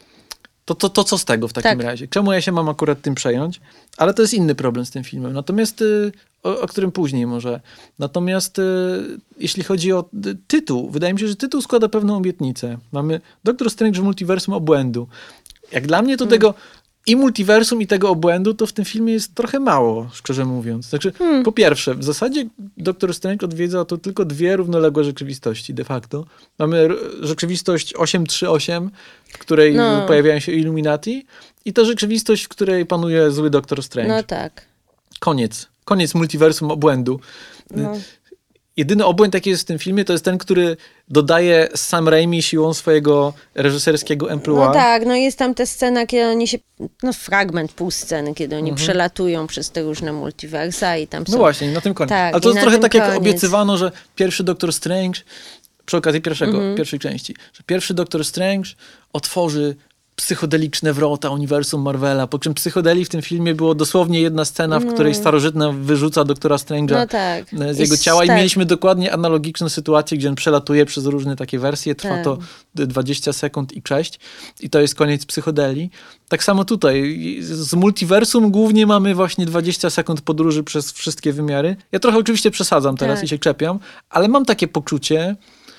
to, to, to co z tego w takim tak. razie? Czemu ja się mam akurat tym przejąć? Ale to jest inny problem z tym filmem. Natomiast, o, o którym później może. Natomiast jeśli chodzi o tytuł, wydaje mi się, że tytuł składa pewną obietnicę. Mamy Doktor Strange w multiversum obłędu. Jak dla mnie to hmm. tego i multiversum, i tego obłędu, to w tym filmie jest trochę mało, szczerze mówiąc. Znaczy, hmm. po pierwsze, w zasadzie Doktor Strange odwiedza to tylko dwie równoległe rzeczywistości de facto. Mamy rzeczywistość osiem trzy osiem, w której no. pojawiają się Illuminati, i ta rzeczywistość, w której panuje zły Doktor Strange. No tak. Koniec. Koniec multiversum obłędu. No. Jedyny obłęd, jaki jest w tym filmie, to jest ten, który dodaje Sam Raimi siłą swojego reżyserskiego emploi. No tak, no jest tam ta scena, kiedy oni się, no fragment, pół sceny, kiedy oni mhm. przelatują przez te różne multiversa i tam są... No właśnie, na tym koniec. Tak, ale to jest trochę tak, koniec. Jak obiecywano, że pierwszy Doktor Strange, przy okazji pierwszego, mhm. pierwszej części, że pierwszy Doktor Strange otworzy psychodeliczne wrota uniwersum Marvela, po czym psychodeli w tym filmie było dosłownie jedna scena, w której starożytna wyrzuca Doktora Strange'a no tak. z jego I ciała i tak. mieliśmy dokładnie analogiczną sytuację, gdzie on przelatuje przez różne takie wersje, trwa tak. to dwadzieścia sekund i cześć i to jest koniec psychodeli. Tak samo tutaj, z multiversum głównie mamy właśnie dwadzieścia sekund podróży przez wszystkie wymiary. Ja trochę oczywiście przesadzam teraz tak. i się czepiam, ale mam takie poczucie,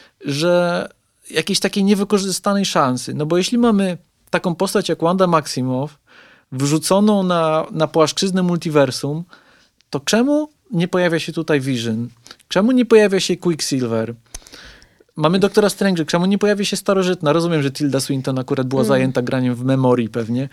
że jakiejś takiej niewykorzystanej szansy, no bo jeśli mamy taką postać jak Wanda Maximoff, wrzuconą na, na płaszczyznę multiversum, to czemu nie pojawia się tutaj Vision? Czemu nie pojawia się Quicksilver? Mamy Doktora Strange'a, czemu nie pojawia się starożytna? Rozumiem, że Tilda Swinton akurat była mm. zajęta graniem w memorii pewnie.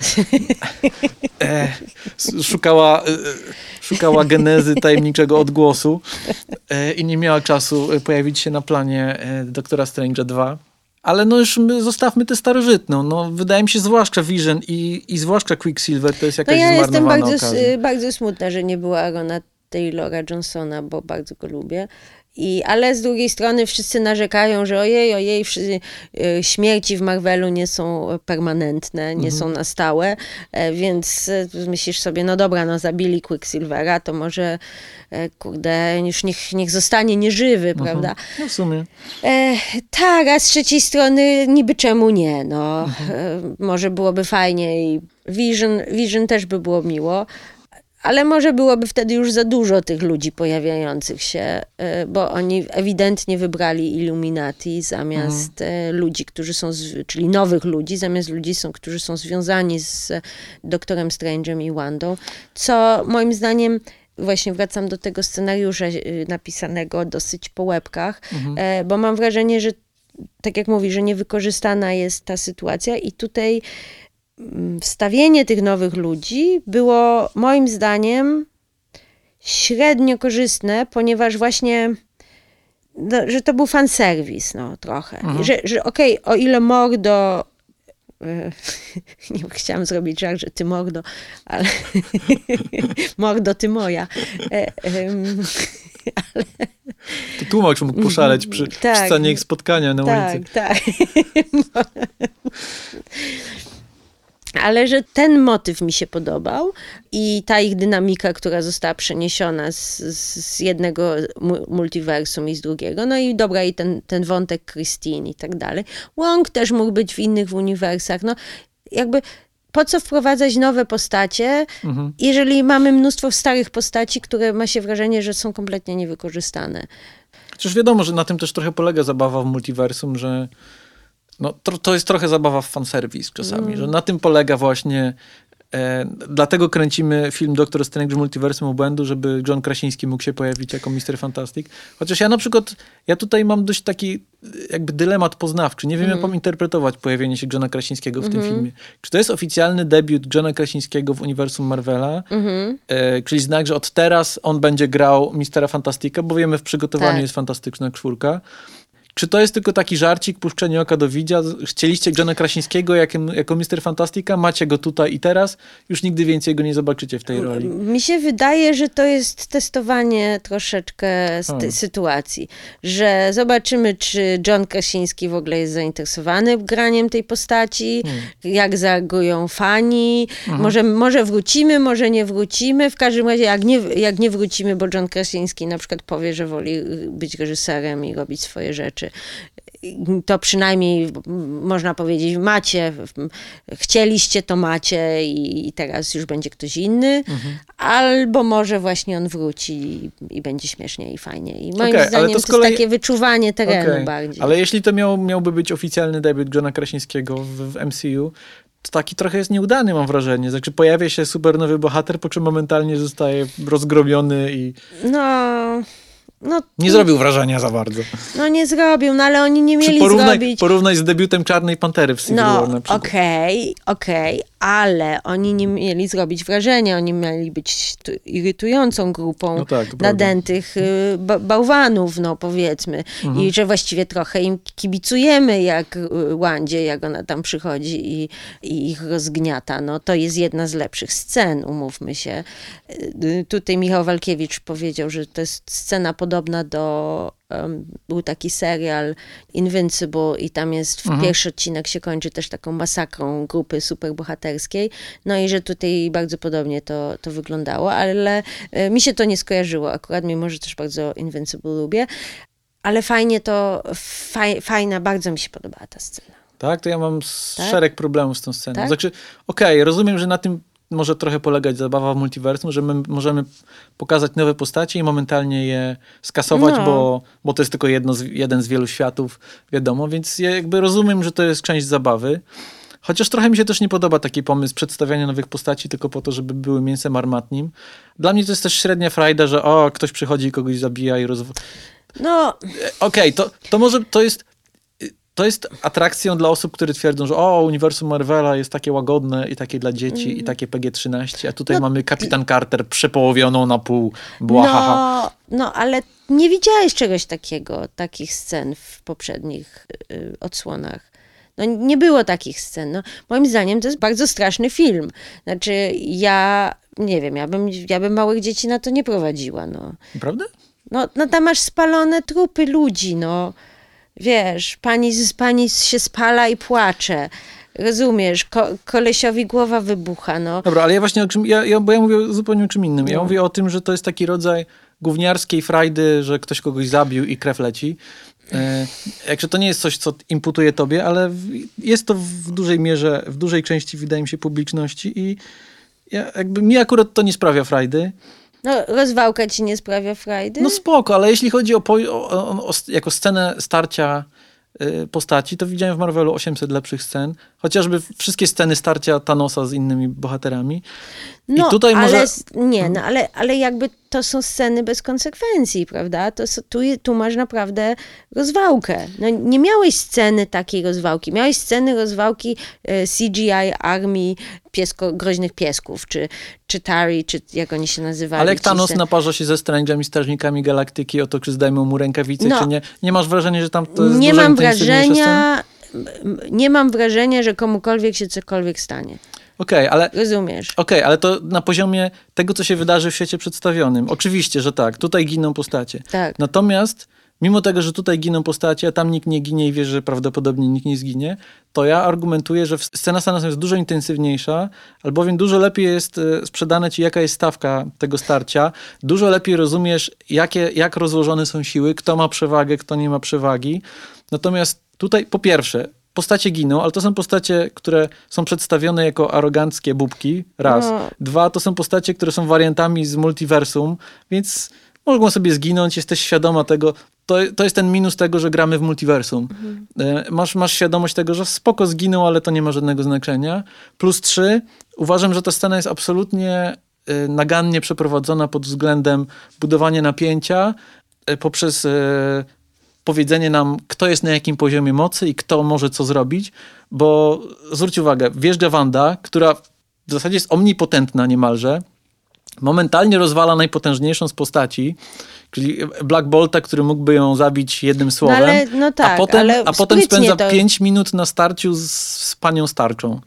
E, szukała, e, szukała genezy tajemniczego odgłosu e, i nie miała czasu pojawić się na planie e, Doktora Strange'a dwa. Ale no już my zostawmy tę starożytną. No, wydaje mi się, zwłaszcza Vision i, i zwłaszcza Quicksilver to jest jakaś no ja zmarnowana jestem bardzo, okazja. bardzo smutna, że nie była Arona Taylora Johnsona, bo bardzo go lubię. I, ale z drugiej strony wszyscy narzekają, że ojej, ojej, wszyscy, y, śmierci w Marvelu nie są permanentne, nie mhm. są na stałe, e, więc e, myślisz sobie, no dobra, no zabili Quicksilvera, to może e, kurde, już niech, niech zostanie nieżywy, mhm. prawda? No w sumie. E, tak, a z trzeciej strony niby czemu nie, no. Mhm. E, może byłoby fajnie i Vision, Vision też by było miło. Ale może byłoby wtedy już za dużo tych ludzi pojawiających się, bo oni ewidentnie wybrali Illuminati zamiast mhm. ludzi, którzy są, czyli nowych ludzi, zamiast ludzi, są, którzy są związani z Doktorem Strange'em i Wandą, co moim zdaniem, właśnie wracam do tego scenariusza napisanego dosyć po łebkach, mhm. bo mam wrażenie, że tak jak mówi, że niewykorzystana jest ta sytuacja i tutaj wstawienie tych nowych ludzi było moim zdaniem średnio korzystne, ponieważ właśnie, no, że to był fanserwis, no trochę. Mhm. Że, że okej, okay, o ile Mordo, nie chciałam zrobić żart, że ty Mordo, ale Mordo, ty moja. Ale... To tłumacz mógł poszaleć przy, tak, przy scenie ich spotkania na tak, ulicy. Tak, tak. Ale że ten motyw mi się podobał i ta ich dynamika, która została przeniesiona z, z jednego multiversum i z drugiego. No i dobra, i ten, ten wątek Christine i tak dalej. Wong też mógł być w innych uniwersach. No jakby po co wprowadzać nowe postacie, mhm. jeżeli mamy mnóstwo starych postaci, które ma się wrażenie, że są kompletnie niewykorzystane. Przecież wiadomo, że na tym też trochę polega zabawa w multiversum, że no, to, to jest trochę zabawa w fanserwis czasami, mm. że na tym polega właśnie E, dlatego kręcimy film Doktor Strange Multiversum Obłędu, żeby John Krasiński mógł się pojawić jako mister Fantastic. Chociaż ja na przykład, ja tutaj mam dość taki jakby dylemat poznawczy. Nie wiem, mm. jak mam interpretować pojawienie się Johna Krasińskiego w mm-hmm. tym filmie. Czy to jest oficjalny debiut Johna Krasińskiego w uniwersum Marvela? Mm-hmm. E, czyli znak, że od teraz on będzie grał mistera Fantastica, bo wiemy, w przygotowaniu tak. jest Fantastyczna Czwórka. Czy to jest tylko taki żarcik, puszczenie oka do widzia? Chcieliście Johna Krasińskiego jako, jako mister Fantastica? Macie go tutaj i teraz? Już nigdy więcej go nie zobaczycie w tej roli. Mi się wydaje, że to jest testowanie troszeczkę z tej sytuacji. Że zobaczymy, czy John Krasiński w ogóle jest zainteresowany graniem tej postaci, hmm. jak zareagują fani. Mhm. Może, może wrócimy, może nie wrócimy. W każdym razie, jak nie, jak nie wrócimy, bo John Krasiński na przykład powie, że woli być reżyserem i robić swoje rzeczy, to przynajmniej można powiedzieć, macie, chcieliście, to macie i, i teraz już będzie ktoś inny, mhm. albo może właśnie on wróci i, i będzie śmiesznie i fajnie. I moim okay, zdaniem to, to kolei... jest takie wyczuwanie terenu okay. bardziej. Ale jeśli to miał, miałby być oficjalny debiut Johna Krasińskiego w, w M C U, to taki trochę jest nieudany, mam wrażenie. Znaczy pojawia się super nowy bohater, po czym momentalnie zostaje rozgromiony i... No... No, nie zrobił wrażenia za bardzo. No nie zrobił, no ale oni nie mieli porównaj, zrobić... Porównaj z debiutem Czarnej Pantery w Civil no, War na przykład. okej, okay, okej, okay, ale oni nie mieli zrobić wrażenia, oni mieli być irytującą grupą no tak, nadętych ba- bałwanów, no powiedzmy. Mhm. I że właściwie trochę im kibicujemy, jak Wandzie, jak ona tam przychodzi i, i ich rozgniata. No to jest jedna z lepszych scen, umówmy się. Tutaj Michał Walkiewicz powiedział, że to jest scena podobna do... Um, był taki serial Invincible i tam jest, w mhm. pierwszy odcinek się kończy też taką masakrą grupy superbohaterskiej. No i że tutaj bardzo podobnie to, to wyglądało, ale e, mi się to nie skojarzyło akurat, mimo że też bardzo Invincible lubię. Ale fajnie to, faj, fajna, bardzo mi się podobała ta scena. Tak? To ja mam tak? szereg problemów z tą sceną. Tak? Znaczy, okej, okay, rozumiem, że na tym może trochę polegać zabawa w multiversum, że my możemy pokazać nowe postacie i momentalnie je skasować, no. bo, bo to jest tylko jedno z, jeden z wielu światów, wiadomo, więc ja jakby rozumiem, że to jest część zabawy. Chociaż trochę mi się też nie podoba taki pomysł przedstawiania nowych postaci tylko po to, żeby były mięsem armatnim. Dla mnie to jest też średnia frajda, że o, ktoś przychodzi i kogoś zabija i rozw... No. Okej, okay, to, to może to jest... To jest atrakcją dla osób, które twierdzą, że o, uniwersum Marvela jest takie łagodne i takie dla dzieci mm. i takie P G trzynaście, a tutaj no, mamy Kapitan Carter przepołowioną na pół. No, no, ale nie widziałeś czegoś takiego, takich scen w poprzednich y, odsłonach. No nie było takich scen. No, moim zdaniem to jest bardzo straszny film. Znaczy ja, nie wiem, ja bym, ja bym małych dzieci na to nie prowadziła. No. Prawda? No, no tam masz spalone trupy ludzi, no. Wiesz, pani, pani się spala i płacze. Rozumiesz, Ko, kolesiowi głowa wybucha, no. Dobra, ale ja właśnie o czym, ja, ja, bo ja mówię zupełnie o czym innym. Ja no. mówię o tym, że to jest taki rodzaj gówniarskiej frajdy, że ktoś kogoś zabił i krew leci. E, jakże to nie jest coś, co imputuje tobie, ale w, jest to w dużej mierze, w dużej części, wydaje mi się, publiczności i ja, jakby mi akurat to nie sprawia frajdy. No, rozwałka ci nie sprawia frajdy? No spoko, ale jeśli chodzi o, o, o, o jako scenę starcia y, postaci, to widziałem w Marvelu osiemset lepszych scen. Chociażby wszystkie sceny starcia Thanosa z innymi bohaterami. No, I tutaj ale, może... nie, no, ale, ale jakby to są sceny bez konsekwencji, prawda? To, tu, tu masz naprawdę rozwałkę. No, nie miałeś sceny takiej rozwałki. Miałeś sceny rozwałki e, C G I armii piesko, groźnych piesków, czy, czy Tari, czy jak oni się nazywali. Ale jak Thanos naparza się ze Strange'em i Strażnikami Galaktyki o to, czy zdejmą mu rękawice, no, czy nie. Nie masz wrażenia, że tam to jest nie dużo mam intensywniejsza wrażenia, scena? Nie mam wrażenia, że komukolwiek się cokolwiek stanie. Okej, okay, ale... Rozumiesz. Okej, okay, ale to na poziomie tego, co się wydarzy w świecie przedstawionym. Oczywiście, że tak. Tutaj giną postacie. Tak. Natomiast mimo tego, że tutaj giną postacie, a tam nikt nie ginie i wie, że prawdopodobnie nikt nie zginie, to ja argumentuję, że scena scena jest dużo intensywniejsza, albowiem dużo lepiej jest sprzedane ci, jaka jest stawka tego starcia. Dużo lepiej rozumiesz, jakie, jak rozłożone są siły, kto ma przewagę, kto nie ma przewagi. Natomiast tutaj, po pierwsze, postacie giną, ale to są postacie, które są przedstawione jako aroganckie bubki, raz. No. Dwa, to są postacie, które są wariantami z multiversum, więc mogą sobie zginąć, jesteś świadoma tego. to, to jest ten minus tego, że gramy w multiversum. Mhm. Masz, masz świadomość tego, że spoko zginął, ale to nie ma żadnego znaczenia. Plus trzy, uważam, że ta scena jest absolutnie nagannie przeprowadzona pod względem budowania napięcia poprzez powiedzenie nam, kto jest na jakim poziomie mocy i kto może co zrobić, bo zwróć uwagę, wjeżdża Wanda, która w zasadzie jest omnipotentna niemalże, momentalnie rozwala najpotężniejszą z postaci, czyli Black Bolta, który mógłby ją zabić jednym słowem, no ale, no tak, a potem, ale a potem spędza to... pięć minut na starciu z, z panią Starczą.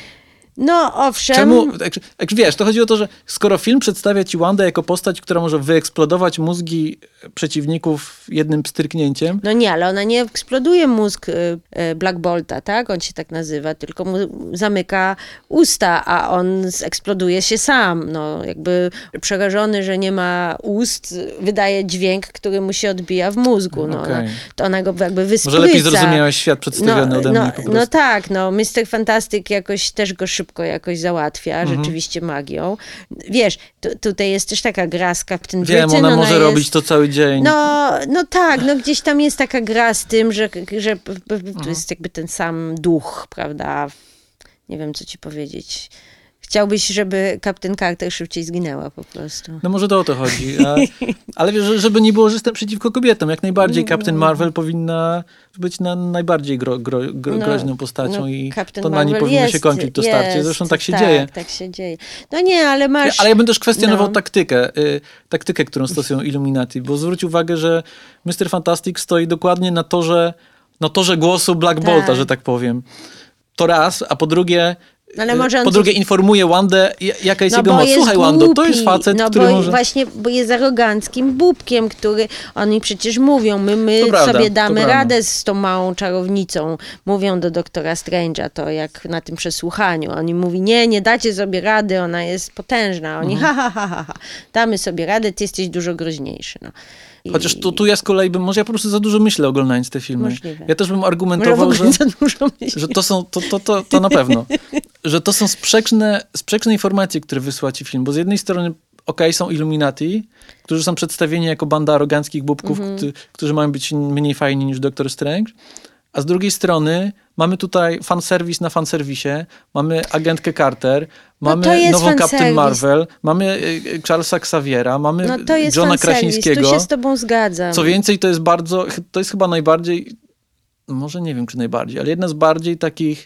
No owszem. Czemu, jak, jak wiesz, to chodzi o to, że skoro film przedstawia ci Wandę jako postać, która może wyeksplodować mózgi przeciwników jednym pstryknięciem. No nie, ale ona nie eksploduje mózg Black Bolta, tak? On się tak nazywa, tylko mu zamyka usta, a on eksploduje się sam. No jakby przerażony, że nie ma ust, wydaje dźwięk, który mu się odbija w mózgu. No, okay. To ona go jakby wyspryca. Może lepiej zrozumiałeś świat przedstawiony no, ode no, mnie po prostu. No tak, no mister Fantastic jakoś też go szybko jakoś załatwia, mhm. rzeczywiście magią. Wiesz, tu, tutaj jest też taka gra z Captain Wiem, Britain. ona może jest... robić to cały dzień. No, no tak, no gdzieś tam jest taka gra z tym, że, że to mhm. jest jakby ten sam duch, prawda? Nie wiem, co ci powiedzieć. Chciałbyś, żeby Captain Carter szybciej zginęła po prostu. No może to o to chodzi. A, ale wiesz, żeby nie było, że jestem przeciwko kobietom. Jak najbardziej Captain Marvel powinna być na najbardziej gro, gro, gro, no, groźną postacią no, i Captain to na Marvel niej powinno jest, się kończyć to starcie. jest, Zresztą tak się tak, dzieje. tak się dzieje. No nie, ale masz... Ale ja bym też kwestionował no. taktykę, y, taktykę, którą stosują Illuminati, bo zwróć uwagę, że mister Fantastic stoi dokładnie na torze, na torze głosu Black tak. Bolta, że tak powiem. To raz, a po drugie... Ale może po drugie informuje Wandę, jaka jest no jego moc. Słuchaj, głupi, Wando, to jest facet, no który bo może... właśnie, bo jest aroganckim bubkiem, który, oni przecież mówią, my, my prawda, sobie damy radę prawda. z tą małą czarownicą. Mówią do doktora Strange'a, to jak na tym przesłuchaniu. Oni mówi, nie, nie dacie sobie rady, ona jest potężna. Oni, mhm. ha, ha, ha, ha, damy sobie radę, ty jesteś dużo groźniejszy. No. I... Chociaż tu, tu ja z kolei bym, może ja po prostu za dużo myślę oglądając te filmy. Możliwe. Ja też bym argumentował, że, że to są, to, to, to, to na pewno, że to są sprzeczne, sprzeczne informacje, które wysyła ci film, bo z jednej strony okej, okay, są Illuminati, którzy są przedstawieni jako banda aroganckich bubków, mm-hmm. którzy, którzy mają być mniej fajni niż Doktor Strange, a z drugiej strony mamy tutaj fanserwis na fanserwisie, mamy agentkę Carter, mamy no nową fanserwis. Captain Marvel, mamy Charlesa Xaviera, mamy no to jest Johna fanserwis. Krasińskiego. Tu się z tobą zgadzam. Co więcej, to jest bardzo, to jest chyba najbardziej, może nie wiem, czy najbardziej, ale jedna z bardziej takich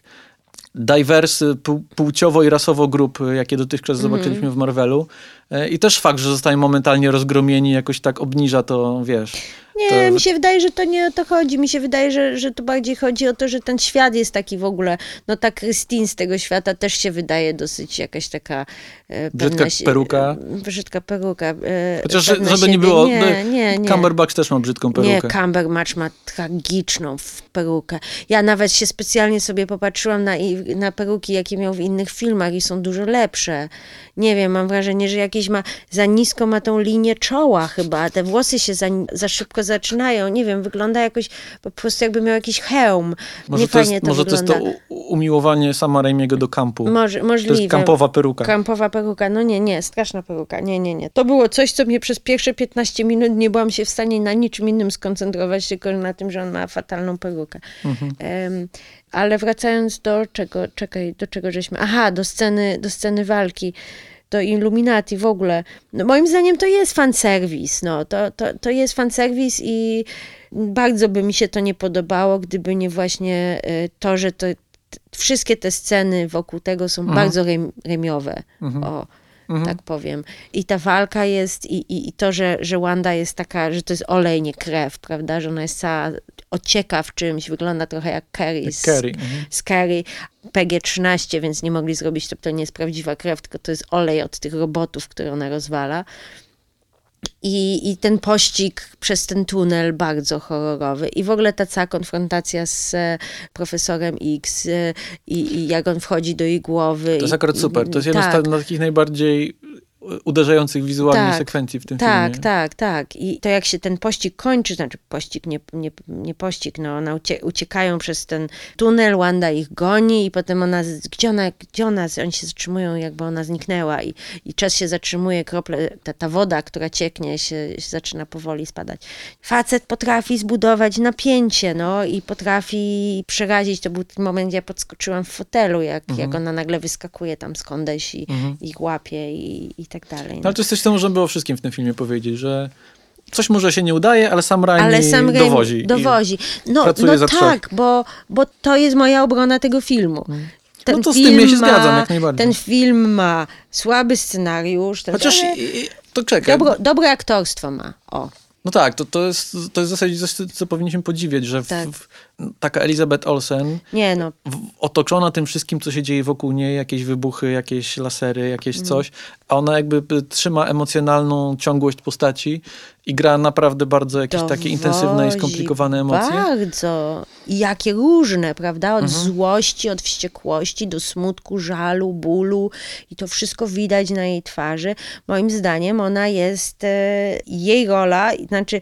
diverse płciowo i rasowo grup, jakie dotychczas mm-hmm. zobaczyliśmy w Marvelu. I też fakt, że zostają momentalnie rozgromieni, jakoś tak obniża to, wiesz... Nie, to... mi się wydaje, że to nie o to chodzi. Mi się wydaje, że, że to bardziej chodzi o to, że ten świat jest taki w ogóle, no ta Christine z tego świata też się wydaje dosyć jakaś taka... E, brzydka pewna, peruka. E, brzydka peruka. E, Chociaż, żeby siebie. nie było, nie, nie, nie. Cumberbatch też ma brzydką perukę. Nie, Cumberbatch ma tragiczną perukę. Ja nawet się specjalnie sobie popatrzyłam na, na peruki, jakie miał w innych filmach i są dużo lepsze. Nie wiem, mam wrażenie, że jakieś ma, za nisko ma tą linię czoła chyba, te włosy się za, za szybko zaczynają, nie wiem, wygląda jakoś, po prostu jakby miał jakiś hełm. Może nie to jest, fajnie to może wygląda. to jest to umiłowanie Sama Raimiego do kampu. Może, możliwe. To jest kampowa peruka. Kampowa peruka, no nie, nie, straszna peruka, nie, nie, nie. To było coś, co mnie przez pierwsze piętnaście minut nie byłam się w stanie na niczym innym skoncentrować, tylko na tym, że on ma fatalną perukę. Mhm. Um, ale wracając do czego, czekaj, do czego żeśmy, aha, do sceny, do sceny walki. Do Illuminati w ogóle. No, moim zdaniem to jest fanserwis. No. To, to, to jest fanserwis i bardzo by mi się to nie podobało, gdyby nie właśnie to, że to, t- wszystkie te sceny wokół tego są mhm. bardzo rem, remiowe. Mhm. O, mhm. tak powiem. I ta walka jest i, i, i to, że, że Wanda jest taka, że to jest olej, nie krew, prawda? Że ona jest cała ocieka w czymś, wygląda trochę jak Carrie z, Carrie. Mhm. z Carrie. P G trzynaście, więc nie mogli zrobić, to, to nie jest prawdziwa krew, tylko to jest olej od tych robotów, które ona rozwala. I, I ten pościg przez ten tunel bardzo horrorowy. I w ogóle ta cała konfrontacja z e, profesorem X e, i, i jak on wchodzi do jej głowy. To jest akurat super. To jest tak. jeden z takich najbardziej uderzających wizualnie tak, sekwencji w tym tak, filmie. Tak, tak, tak. I to jak się ten pościg kończy, znaczy pościg, nie, nie, nie pościg, no one ucie, uciekają przez ten tunel, Wanda ich goni i potem ona, gdzie ona, gdzie ona, oni się zatrzymują, jakby ona zniknęła i, i czas się zatrzymuje, krople, ta, ta woda, która cieknie, się, się zaczyna powoli spadać. Facet potrafi zbudować napięcie, no i potrafi przerazić, to był ten moment, gdzie ja podskoczyłam w fotelu, jak, mhm. jak ona nagle wyskakuje tam skądś i mhm. ich łapie i, i tak dalej. No. Ale to jest coś, co można było wszystkim w tym filmie powiedzieć, że coś może się nie udaje, ale sam Raimi ale sam Raimi dowozi. dowozi. No, pracuje no za tak, bo, bo to jest moja obrona tego filmu. Hmm. Ten no to z film tym ja się ma, zgadzam, jak najbardziej. Ten film ma słaby scenariusz. Ten Chociaż, i, to czekaj. Dobro, dobre aktorstwo ma, o. No tak, to, to, jest, to jest w zasadzie coś, co powinniśmy podziwiać, że w, tak. w, taka Elizabeth Olsen, Nie, no. w, otoczona tym wszystkim, co się dzieje wokół niej, jakieś wybuchy, jakieś lasery, jakieś mm. coś, a ona jakby trzyma emocjonalną ciągłość postaci i gra naprawdę bardzo jakieś Dowozi takie intensywne i skomplikowane emocje. Bardzo. I jakie różne, prawda? Od mhm. złości, od wściekłości do smutku, żalu, bólu i to wszystko widać na jej twarzy. Moim zdaniem ona jest, e, jej rola, znaczy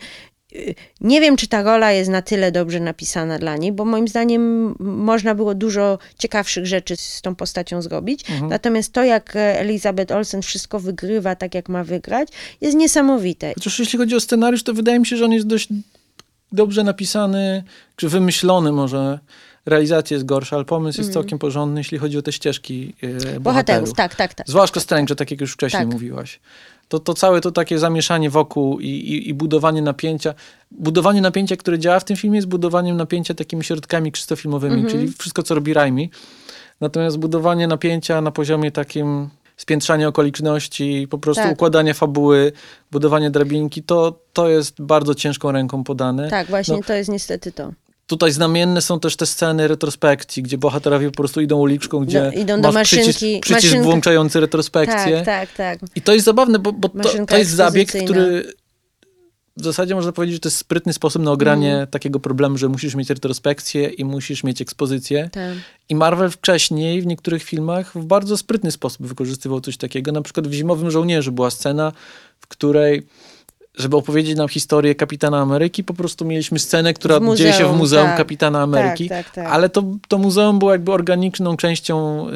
nie wiem, czy ta rola jest na tyle dobrze napisana dla niej, bo moim zdaniem można było dużo ciekawszych rzeczy z tą postacią zrobić. Mhm. Natomiast to, jak Elizabeth Olsen wszystko wygrywa tak, jak ma wygrać, jest niesamowite. Chociaż jeśli chodzi o scenariusz, to wydaje mi się, że on jest dość dobrze napisany, czy wymyślony może. Realizacja jest gorsza, ale pomysł jest mm. całkiem porządny, jeśli chodzi o te ścieżki yy, bohaterów. bohaterów. Tak, tak, tak. Zwłaszcza Strange, tak jak już wcześniej tak. mówiłaś. To, to całe to takie zamieszanie wokół i, i, i budowanie napięcia. Budowanie napięcia, które działa w tym filmie, jest budowaniem napięcia takimi środkami krzyżofilmowymi, mm-hmm. czyli wszystko, co robi Raimi. Natomiast budowanie napięcia na poziomie takim spiętrzania okoliczności, po prostu tak. układanie fabuły, budowanie drabinki, to, to jest bardzo ciężką ręką podane. Tak, właśnie no, to jest niestety to. Tutaj znamienne są też te sceny retrospekcji, gdzie bohaterowie po prostu idą uliczką, gdzie do, idą masz do maszynki, przycisk, przycisk włączający retrospekcję. Tak, tak, tak. I to jest zabawne, bo, bo to, to jest zabieg, który w zasadzie można powiedzieć, że to jest sprytny sposób na ogranie mm. takiego problemu, że musisz mieć retrospekcję i musisz mieć ekspozycję. Tak. I Marvel wcześniej w niektórych filmach w bardzo sprytny sposób wykorzystywał coś takiego. Na przykład w Zimowym Żołnierzu była scena, w której żeby opowiedzieć nam historię Kapitana Ameryki, po prostu mieliśmy scenę, która muzeum, dzieje się w Muzeum tak, Kapitana Ameryki, tak, tak, tak. ale to, to muzeum było jakby organiczną częścią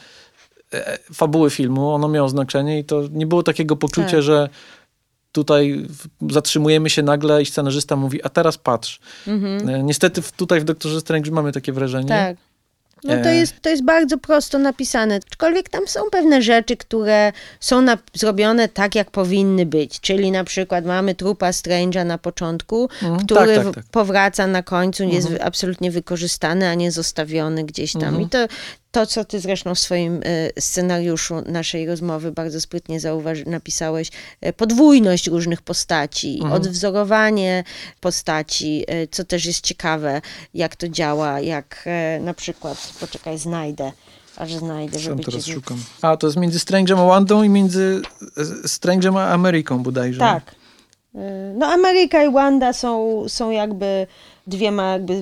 y, y, fabuły filmu. Ono miało znaczenie i to nie było takiego poczucia, tak. że tutaj zatrzymujemy się nagle i scenarzysta mówi, a teraz patrz. Mhm. Y, niestety w, tutaj w Doktorze Strange mamy takie wrażenie. Tak. No to jest, to jest bardzo prosto napisane. Aczkolwiek tam są pewne rzeczy, które są na, zrobione tak, jak powinny być. Czyli na przykład mamy trupa Strange'a na początku, mm, który tak, tak, tak. powraca na końcu, jest mm-hmm. absolutnie wykorzystany, a nie zostawiony gdzieś tam. Mm-hmm. I to, to, co ty zresztą w swoim y, scenariuszu naszej rozmowy bardzo sprytnie zauważy, napisałeś, y, podwójność różnych postaci, mm-hmm. odwzorowanie postaci, y, co też jest ciekawe, jak to działa, jak y, na przykład poczekaj, znajdę, aż znajdę, żeby teraz cię... szukam. A, to jest między Strange'em a Wandą i między Strange'em a Ameryką bodajże. Tak. No Ameryka i Wanda są, są jakby dwiema jakby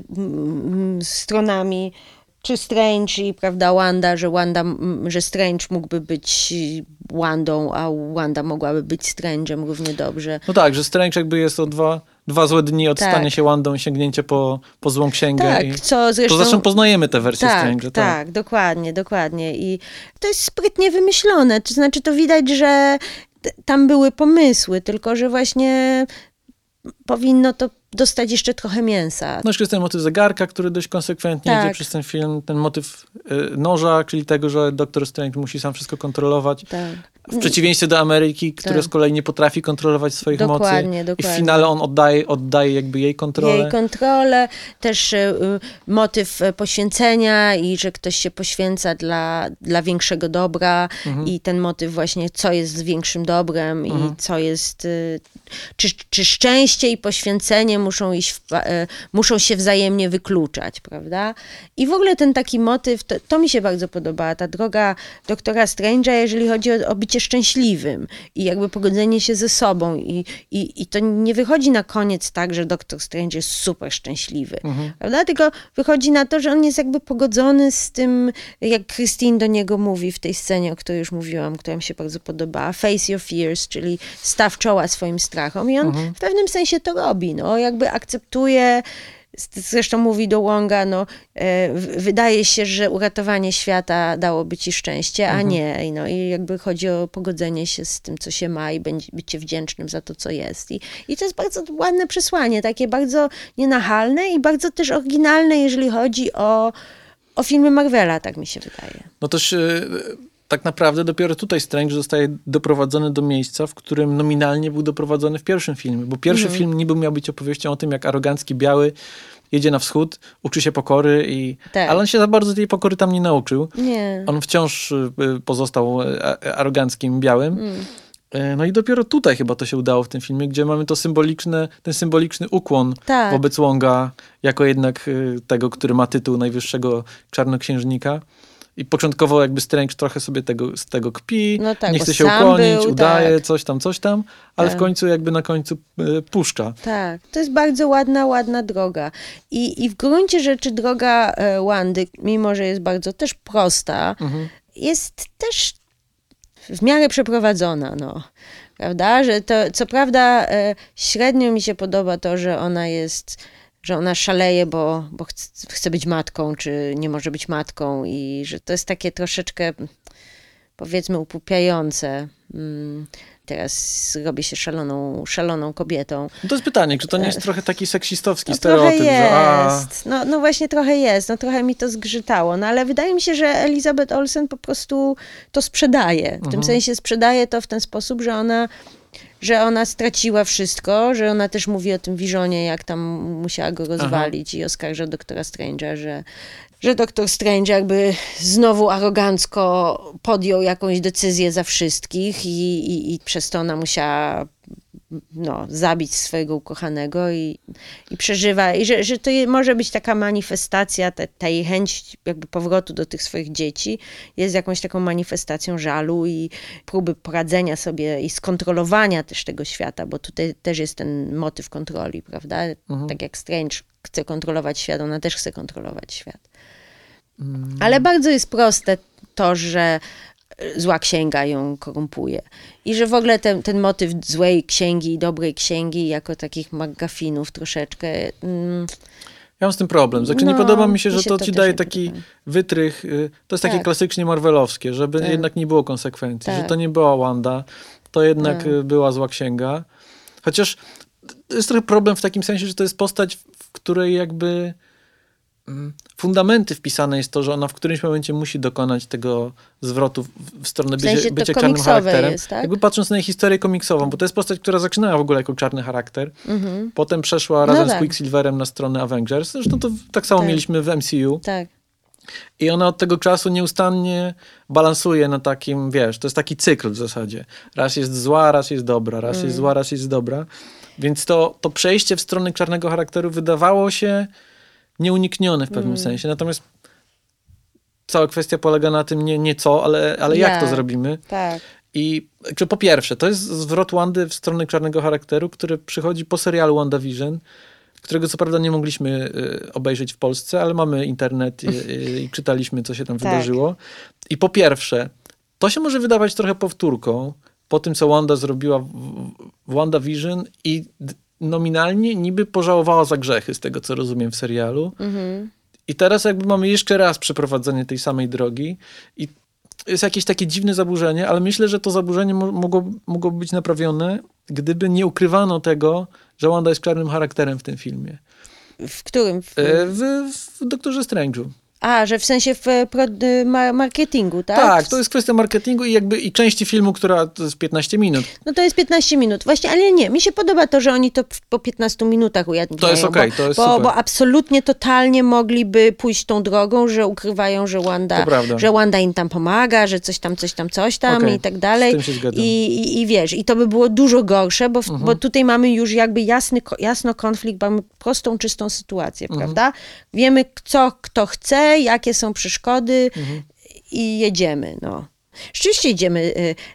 stronami, czy Strange i prawda, Wanda, że Wanda, że Strange mógłby być Wandą, a Wanda mogłaby być Strange'em równie dobrze. No tak, że Strange jakby jest o dwa... Dwa złe dni od tak. stania się Wandą i sięgnięcie po, po złą księgę. Tak, i co zresztą... To zresztą poznajemy tę wersję tak, Strange'a. Tak, tak, dokładnie, dokładnie. I to jest sprytnie wymyślone. To znaczy, to widać, że t- tam były pomysły, tylko że właśnie powinno to dostać jeszcze trochę mięsa. No jeszcze jest ten motyw zegarka, który dość konsekwentnie tak. idzie przez ten film. Ten motyw y, noża, czyli tego, że Doktor Strange musi sam wszystko kontrolować. Tak. W przeciwieństwie do Ameryki, która tak. z kolei nie potrafi kontrolować swoich dokładnie, mocy. Dokładnie. I w finale on oddaje, oddaje jakby jej kontrolę. Jej kontrolę, też y, motyw poświęcenia i że ktoś się poświęca dla, dla większego dobra mhm. i ten motyw właśnie, co jest większym dobrem mhm. i co jest, y, czy, czy szczęście i poświęcenie muszą iść, w, e, muszą się wzajemnie wykluczać, prawda? I w ogóle ten taki motyw, to, to mi się bardzo podobała, ta droga doktora Strange'a, jeżeli chodzi o, o bycie szczęśliwym i jakby pogodzenie się ze sobą i, i, i to nie wychodzi na koniec tak, że doktor Strange jest super szczęśliwy, mhm. prawda? Tylko wychodzi na to, że on jest jakby pogodzony z tym, jak Christine do niego mówi w tej scenie, o której już mówiłam, która mi się bardzo podobała, face your fears, czyli staw czoła swoim strachom i on mhm. w pewnym sensie to robi, no, jakby akceptuje, zresztą mówi do Wonga, no, e, wydaje się, że uratowanie świata dałoby ci szczęście, a mhm. nie, no i jakby chodzi o pogodzenie się z tym, co się ma i będzie, bycie wdzięcznym za to, co jest. I, i to jest bardzo ładne przesłanie, takie bardzo nienachalne i bardzo też oryginalne, jeżeli chodzi o, o filmy Marvela, tak mi się wydaje. No też... Y- Tak naprawdę dopiero tutaj Strange zostaje doprowadzony do miejsca, w którym nominalnie był doprowadzony w pierwszym filmie. Bo pierwszy mm. film niby miał być opowieścią o tym, jak arogancki biały jedzie na wschód, uczy się pokory, i tak. ale on się za bardzo tej pokory tam nie nauczył. Nie. On wciąż pozostał aroganckim białym. Mm. No i dopiero tutaj chyba to się udało w tym filmie, gdzie mamy to symboliczne, ten symboliczny ukłon tak. wobec Wonga, jako jednak tego, który ma tytuł najwyższego czarnoksiężnika. I początkowo jakby Strange trochę sobie tego, z tego kpi, no tak, nie chce się ukłonić, był, udaje, tak. coś tam, coś tam, ale tak. w końcu jakby na końcu y, puszcza. Tak, to jest bardzo ładna, ładna droga. I, i w gruncie rzeczy droga e, Wandy, mimo że jest bardzo też prosta, mhm. jest też w miarę przeprowadzona, no. Prawda? Że to, co prawda e, średnio mi się podoba to, że ona jest... że ona szaleje, bo, bo chce, chce być matką, czy nie może być matką i że to jest takie troszeczkę, powiedzmy, upupiające. Teraz robi się szaloną, szaloną kobietą. To jest pytanie, czy to nie jest trochę taki seksistowski no, stereotyp? Trochę jest. Że, a... no, no właśnie trochę jest. No trochę mi to zgrzytało. No ale wydaje mi się, że Elizabeth Olsen po prostu to sprzedaje. W mhm. tym sensie sprzedaje to w ten sposób, że ona że ona straciła wszystko, że ona też mówi o tym Visionie, jak tam musiała go rozwalić Aha. i oskarża doktora Strange'a, że, że doktor Strange jakby znowu arogancko podjął jakąś decyzję za wszystkich i, i, i przez to ona musiała no, zabić swojego ukochanego i, i przeżywa, i że, że to je, może być taka manifestacja, ta, ta jej chęć jakby powrotu do tych swoich dzieci jest jakąś taką manifestacją żalu i próby poradzenia sobie i skontrolowania też tego świata, bo tutaj też jest ten motyw kontroli, prawda? Mhm. Tak jak Strange chce kontrolować świat, ona też chce kontrolować świat. Mhm. Ale bardzo jest proste to, że zła księga ją korumpuje. I że w ogóle ten, ten motyw złej księgi i dobrej księgi jako takich McGuffinów troszeczkę... Mm, ja mam z tym problem. Znaczy, no, nie podoba mi się, że mi się to, to ci daje taki podoba. wytrych. To jest tak. takie klasycznie marvelowskie, żeby tak. jednak nie było konsekwencji. Tak. Że to nie była Wanda, to jednak tak. była zła księga. Chociaż to jest trochę problem w takim sensie, że to jest postać, w której jakby... fundamenty wpisane jest to, że ona w którymś momencie musi dokonać tego zwrotu w stronę w sensie bycia, bycia czarnym charakterem. Jest, tak? Jakby patrząc na jej historię komiksową, bo to jest postać, która zaczynała w ogóle jako czarny charakter, mm-hmm. potem przeszła razem no tak. z Quicksilverem na stronę Avengers. Zresztą to tak samo tak. mieliśmy w M C U. Tak. I ona od tego czasu nieustannie balansuje na takim, wiesz, to jest taki cykl w zasadzie. Raz jest zła, raz jest dobra, raz mm. jest zła, raz jest dobra. Więc to, to przejście w stronę czarnego charakteru wydawało się nieuniknione w pewnym mm. sensie. Natomiast cała kwestia polega na tym nie, nie co, ale, ale jak, jak to zrobimy. Tak. I czy po pierwsze, to jest zwrot Wandy w stronę czarnego charakteru, który przychodzi po serialu WandaVision, którego co prawda nie mogliśmy y, obejrzeć w Polsce, ale mamy internet i, y, i czytaliśmy, co się tam tak. wydarzyło. I po pierwsze, to się może wydawać trochę powtórką po tym, co Wanda zrobiła w, w WandaVision i nominalnie niby pożałowała za grzechy, z tego co rozumiem w serialu. Mhm. I teraz jakby mamy jeszcze raz przeprowadzenie tej samej drogi i jest jakieś takie dziwne zaburzenie, ale myślę, że to zaburzenie mogło, mogłoby być naprawione, gdyby nie ukrywano tego, że Wanda jest czarnym charakterem w tym filmie. W którym? W, w, w Doktorze Strange'u. A, że w sensie w pro, ma, marketingu, tak? Tak, to jest kwestia marketingu i jakby i części filmu, która to jest piętnaście minut. No to jest piętnaście minut. Właśnie, ale nie, mi się podoba to, że oni to po piętnastu minutach ujawniają. To jest okej, bo, to jest bo, super. Bo absolutnie, totalnie mogliby pójść tą drogą, że ukrywają, że Wanda, że Wanda im tam pomaga, że coś tam, coś tam, coś tam okay, i tak dalej. Z tym się zgadzam. I, i, I wiesz, i to by było dużo gorsze, bo, w, mhm. bo tutaj mamy już jakby jasny, jasno konflikt, mamy prostą, czystą sytuację, mhm. prawda? Wiemy, co kto chce, jakie są przeszkody mhm. i jedziemy, no. Rzeczywiście idziemy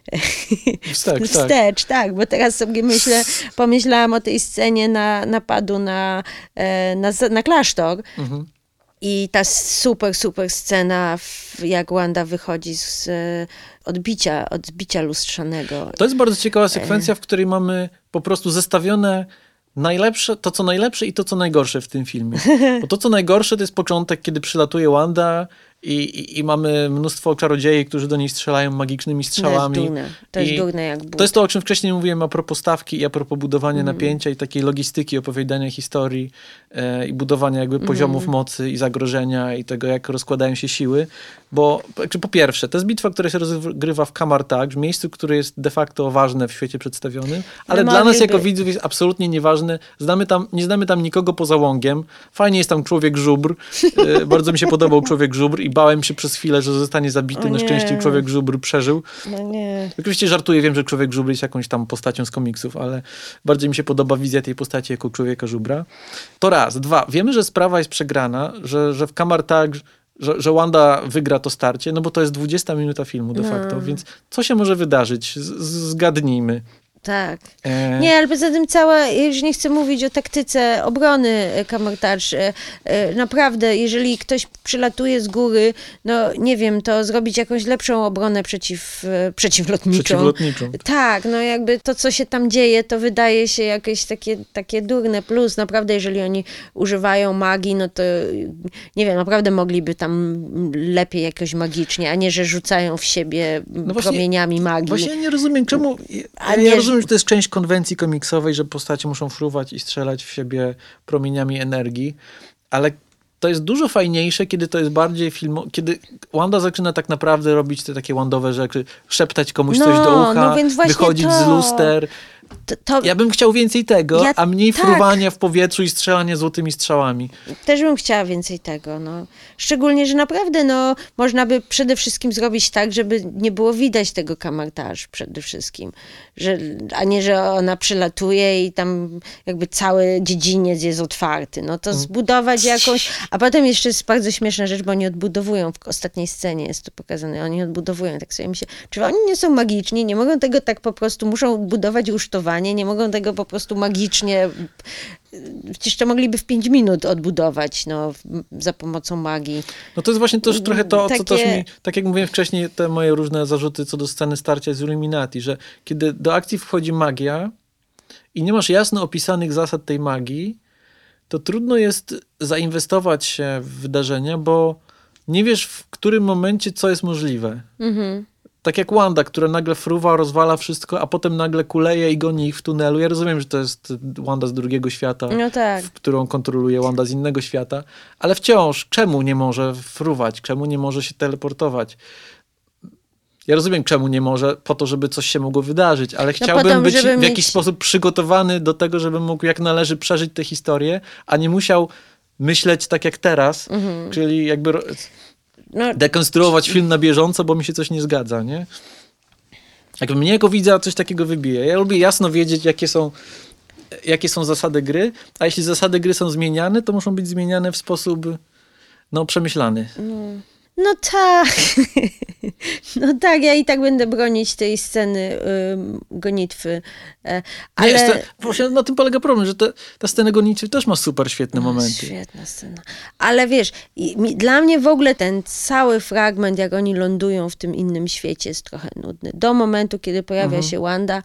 wstecz, wstecz tak. tak, bo teraz sobie myślę, pomyślałam o tej scenie na, napadu na, na, na klasztor mhm. i ta super, super scena, jak Wanda wychodzi z odbicia, odbicia lustrzanego. To jest bardzo ciekawa sekwencja, w której mamy po prostu zestawione najlepsze, to co najlepsze i to co najgorsze w tym filmie. Bo to co najgorsze to jest początek, kiedy przylatuje Wanda i, i, i mamy mnóstwo czarodziei, którzy do niej strzelają magicznymi strzałami. To jest durne, to jest durne jak but. To jest to, o czym wcześniej mówiłem a propos stawki i a propos budowania mm. napięcia i takiej logistyki opowiadania historii e, i budowania jakby mm. poziomów mocy i zagrożenia i tego, jak rozkładają się siły. Bo po pierwsze, to jest bitwa, która się rozgrywa w Kamartaj, w miejscu, które jest de facto ważne w świecie przedstawionym, ale no dla nas jako widzów jest absolutnie nieważne. Znamy tam, nie znamy tam nikogo poza Wongiem. Fajnie jest tam człowiek żubr. E, bardzo mi się podobał człowiek żubr i bałem się przez chwilę, że zostanie zabity. Na szczęście człowiek żubr przeżył. No nie. Oczywiście żartuję, wiem, że człowiek żubr jest jakąś tam postacią z komiksów, ale bardziej mi się podoba wizja tej postaci jako człowieka żubra. To raz. Dwa. Wiemy, że sprawa jest przegrana, że, że w Kamartaj Że, że Wanda wygra to starcie, no bo to jest dwudziesta minuta filmu de facto, no. Więc co się może wydarzyć? Z, zgadnijmy. Tak. E... Nie, ale poza tym cała, już nie chcę mówić o taktyce obrony Kamartaj. Naprawdę, jeżeli ktoś przylatuje z góry, no nie wiem, to zrobić jakąś lepszą obronę przeciw, przeciwlotniczą. Przeciwlotniczą. Tak, no jakby to, co się tam dzieje, to wydaje się jakieś takie, takie durne. Plus naprawdę, jeżeli oni używają magii, no to nie wiem, naprawdę mogliby tam lepiej jakoś magicznie, a nie, że rzucają w siebie no właśnie, promieniami magii. Właśnie ja nie rozumiem, czemu... Ja nie rozumiem, że to jest część konwencji komiksowej, że postacie muszą fruwać i strzelać w siebie promieniami energii, ale to jest dużo fajniejsze, kiedy to jest bardziej filmowe, kiedy Wanda zaczyna tak naprawdę robić te takie Wandowe rzeczy, szeptać komuś no, coś do ucha, no więc wychodzić to. z luster. To, to... Ja bym chciał więcej tego, ja, a mniej tak. fruwania w powietrzu i strzelania złotymi strzałami. Też bym chciała więcej tego. No. Szczególnie, że naprawdę no, można by przede wszystkim zrobić tak, żeby nie było widać tego Kamartaj przede wszystkim. Że, a nie, że ona przylatuje i tam jakby cały dziedziniec jest otwarty. No to hmm. zbudować jakąś... A potem jeszcze jest bardzo śmieszna rzecz, bo oni odbudowują, w ostatniej scenie jest to pokazane, oni odbudowują. Tak sobie myślę, czy oni nie są magiczni, nie mogą tego tak po prostu, muszą budować usztowanie, nie mogą tego po prostu magicznie, przecież to mogliby w pięć minut odbudować, no, za pomocą magii. No to jest właśnie też trochę to, Takie... co też mi, tak jak mówiłem wcześniej, te moje różne zarzuty co do sceny starcia z Illuminati, że kiedy do akcji wchodzi magia i nie masz jasno opisanych zasad tej magii, to trudno jest zainwestować się w wydarzenia, bo nie wiesz w którym momencie co jest możliwe. Mhm. Tak jak Wanda, która nagle fruwa, rozwala wszystko, a potem nagle kuleje i goni ich w tunelu. Ja rozumiem, że to jest Wanda z drugiego świata, no tak. w którą kontroluje Wanda z innego świata, ale wciąż czemu nie może fruwać? Czemu nie może się teleportować? Ja rozumiem, czemu nie może, po to, żeby coś się mogło wydarzyć, ale no chciałbym potem, być w mieć... jakiś sposób przygotowany do tego, żeby mógł jak należy przeżyć tę historię, a nie musiał myśleć tak jak teraz, mhm. czyli jakby... No, dekonstruować film na bieżąco, bo mi się coś nie zgadza, nie? Jakby mnie jako widza coś takiego wybije. Ja lubię jasno wiedzieć, jakie są, jakie są zasady gry, a jeśli zasady gry są zmieniane, to muszą być zmieniane w sposób no, przemyślany. No. No tak, no tak, ja i tak będę bronić tej sceny y, gonitwy, e, ale... Nie, to, właśnie na tym polega problem, że te, ta scena gonitwy też ma super świetne no, momenty. Świetna scena, ale wiesz, i, mi, dla mnie w ogóle ten cały fragment, jak oni lądują w tym innym świecie jest trochę nudny. Do momentu, kiedy pojawia mhm. się Wanda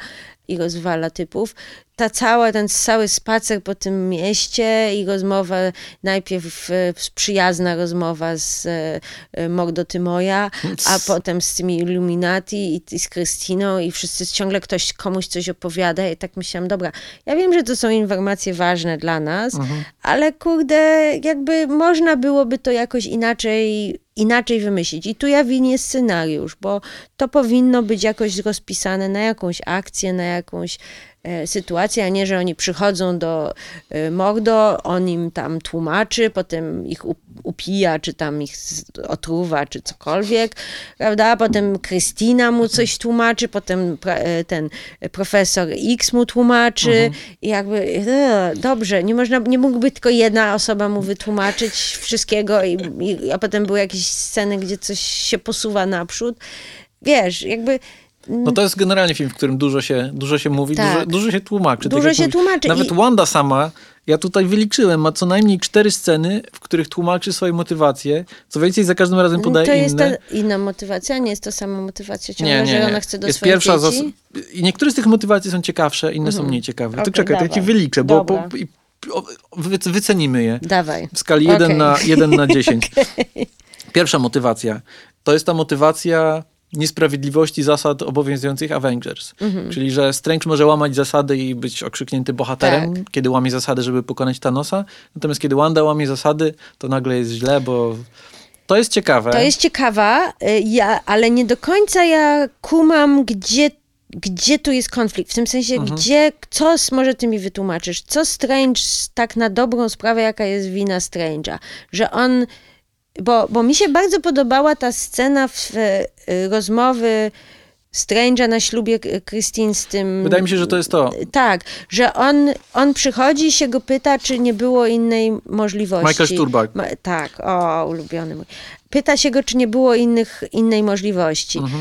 i rozwala typów. Ta cała, ten cały spacer po tym mieście i rozmowa, najpierw e, przyjazna rozmowa z e, Mordo Tymoja, a potem z tymi Illuminati i, i z Krystyną i wszyscy, ciągle ktoś komuś coś opowiada i tak myślałam, dobra, ja wiem, że to są informacje ważne dla nas, mhm. ale kurde, jakby można byłoby to jakoś inaczej inaczej wymyślić. I tu ja winię scenariusz, bo to powinno być jakoś rozpisane na jakąś akcję, na jakąś e, sytuację, a nie, że oni przychodzą do e, Mordo, on im tam tłumaczy, potem ich up, upija, czy tam ich otruwa, czy cokolwiek, prawda? Potem Krystyna mu coś tłumaczy, potem pra, e, ten profesor X mu tłumaczy mhm. i jakby e, dobrze, nie można, nie mógłby tylko jedna osoba mu wytłumaczyć wszystkiego i, i a potem były jakieś sceny, gdzie coś się posuwa naprzód. Wiesz, jakby... No to jest generalnie film, w którym dużo się, dużo się mówi, tak. dużo, dużo się tłumaczy. Dużo tak się tłumaczy. Nawet I... Wanda sama, ja tutaj wyliczyłem, ma co najmniej cztery sceny, w których tłumaczy swoje motywacje. Co więcej, za każdym razem podaje inne. To jest inne. Ta inna motywacja? Nie jest to sama motywacja ciągle, nie, nie, nie. że ona chce do jest swoich pierwsza dzieci? Zas... I niektóre z tych motywacji są ciekawsze, inne mhm. są mniej ciekawe. Okay, to czekaj, dawaj. To ja ci wyliczę, bo po, i, o, wy, wycenimy je. Dawaj. W skali jeden okay. na, jeden na dziesięć. Okay. Pierwsza motywacja. To jest ta motywacja niesprawiedliwości zasad obowiązujących Avengers. Mhm. Czyli, że Strange może łamać zasady i być okrzyknięty bohaterem, tak. kiedy łamie zasady, żeby pokonać Thanosa. Natomiast kiedy Wanda łamie zasady, to nagle jest źle, bo to jest ciekawe. To jest ciekawa, ja, ale nie do końca ja kumam, gdzie Gdzie tu jest konflikt? W tym sensie, mhm. gdzie, co może ty mi wytłumaczysz? Co Strange tak na dobrą sprawę, jaka jest wina Strange'a? Że on, bo, bo mi się bardzo podobała ta scena w, y, rozmowy Strange'a na ślubie Christine z tym... Wydaje mi się, że to jest to. Tak, że on, on przychodzi i się go pyta, czy nie było innej możliwości. Michael Stuhlbarg. Ma, tak, o, ulubiony mój. Pyta się go, czy nie było innych, innej możliwości. Mhm.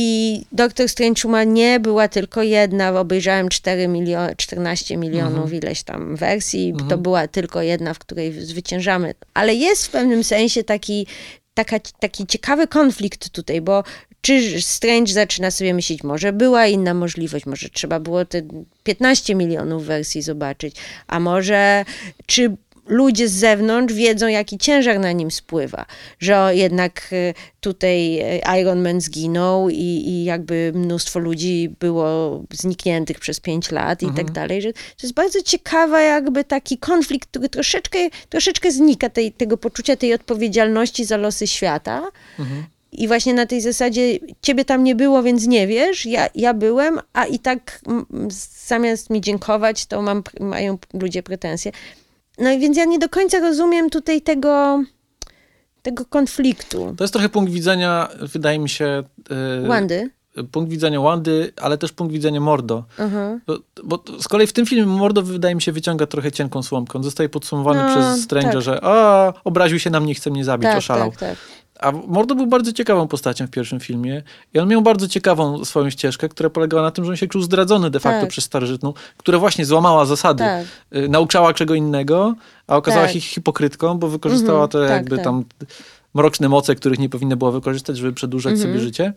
I Doktor Strange ma nie, była tylko jedna, obejrzałem cztery miliony, czternaście milionów mhm. ileś tam wersji, mhm. to była tylko jedna, w której zwyciężamy. Ale jest w pewnym sensie taki, taka, taki ciekawy konflikt tutaj, bo czy Strange zaczyna sobie myśleć, może była inna możliwość, może trzeba było te piętnaście milionów wersji zobaczyć, a może czy ludzie z zewnątrz wiedzą, jaki ciężar na nim spływa, że jednak tutaj Iron Man zginął i, i jakby mnóstwo ludzi było znikniętych przez pięć lat i mhm. tak dalej, że to jest bardzo ciekawa jakby taki konflikt, który troszeczkę, troszeczkę znika tej, tego poczucia tej odpowiedzialności za losy świata. Mhm. I właśnie na tej zasadzie ciebie tam nie było, więc nie wiesz, ja, ja byłem, a i tak m, zamiast mi dziękować, to mam, mają ludzie pretensje. No i więc ja nie do końca rozumiem tutaj tego, tego konfliktu. To jest trochę punkt widzenia, wydaje mi się... Yy, Wandy? Punkt widzenia Wandy, ale też punkt widzenia Mordo. Uh-huh. Bo, bo z kolei w tym filmie Mordo, wydaje mi się, wyciąga trochę cienką słomkę. On zostaje podsumowany no, przez Strange'a, tak. że a, obraził się na mnie, chce mnie zabić, tak, oszalał. Tak, tak. A Mordo był bardzo ciekawą postacią w pierwszym filmie i on miał bardzo ciekawą swoją ścieżkę, która polegała na tym, że on się czuł zdradzony de facto tak. przez starożytną, która właśnie złamała zasady. Tak. Y, nauczała czego innego, a okazała tak. się hipokrytką, bo wykorzystała mm-hmm. te tak, jakby tak. tam mroczne moce, których nie powinna była wykorzystać, żeby przedłużać mm-hmm. sobie życie.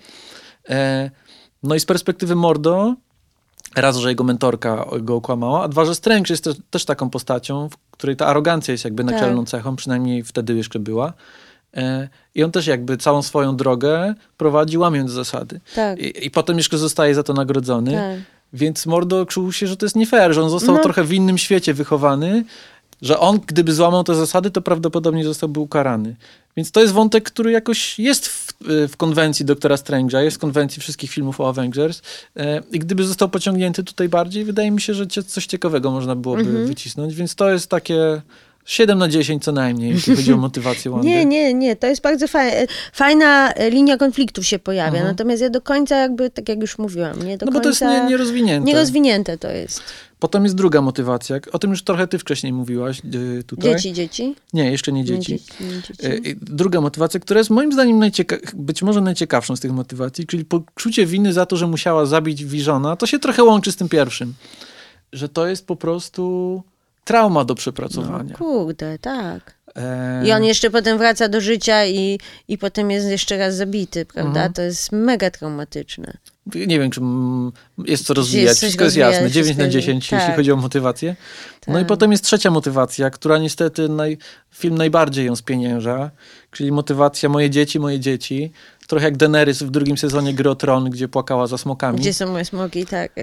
E, no i z perspektywy Mordo, raz, że jego mentorka go okłamała, a dwa, że Strange jest też, też taką postacią, w której ta arogancja jest jakby naczelną tak. cechą, przynajmniej wtedy jeszcze była. I on też jakby całą swoją drogę prowadzi, łamiąc zasady. Tak. I, I potem jeszcze zostaje za to nagrodzony. Tak. Więc Mordo czuł się, że to jest nie fair, że on został no. trochę w innym świecie wychowany, że on, gdyby złamał te zasady, to prawdopodobnie zostałby ukarany. Więc to jest wątek, który jakoś jest w, w konwencji Doktora Strange'a, jest w konwencji wszystkich filmów o Avengers. I gdyby został pociągnięty tutaj bardziej, wydaje mi się, że coś ciekawego można byłoby mm-hmm. wycisnąć. Więc to jest takie... siedem na dziesięć co najmniej, jeśli chodzi o motywację Wandy. Nie, nie, nie. To jest bardzo fajna, fajna linia konfliktów się pojawia. Mhm. Natomiast ja do końca jakby, tak jak już mówiłam, nie do no bo końca... to jest nie, nierozwinięte. Nierozwinięte to jest. Potem jest druga motywacja. O tym już trochę ty wcześniej mówiłaś tutaj. Dzieci, dzieci? Nie, jeszcze nie dzieci. Nie dzieci, nie dzieci. Druga motywacja, która jest moim zdaniem najcieka- być może najciekawszą z tych motywacji, czyli poczucie winy za to, że musiała zabić Visiona. To się trochę łączy z tym pierwszym. Że to jest po prostu... trauma do przepracowania. No, kurde, tak. E... I on jeszcze potem wraca do życia i, i potem jest jeszcze raz zabity, prawda? Mhm. To jest mega traumatyczne. Nie wiem, czy jest co rozwijać. Jest wszystko jest jasne. dziewięć na dziesięć, tak. Jeśli chodzi o motywację. Tak. No i potem jest trzecia motywacja, która niestety naj, film najbardziej ją spienięża, czyli motywacja moje dzieci, moje dzieci. Trochę jak Daenerys w drugim sezonie Gry o Tron, gdzie płakała za smokami. Gdzie są moje smoki, tak.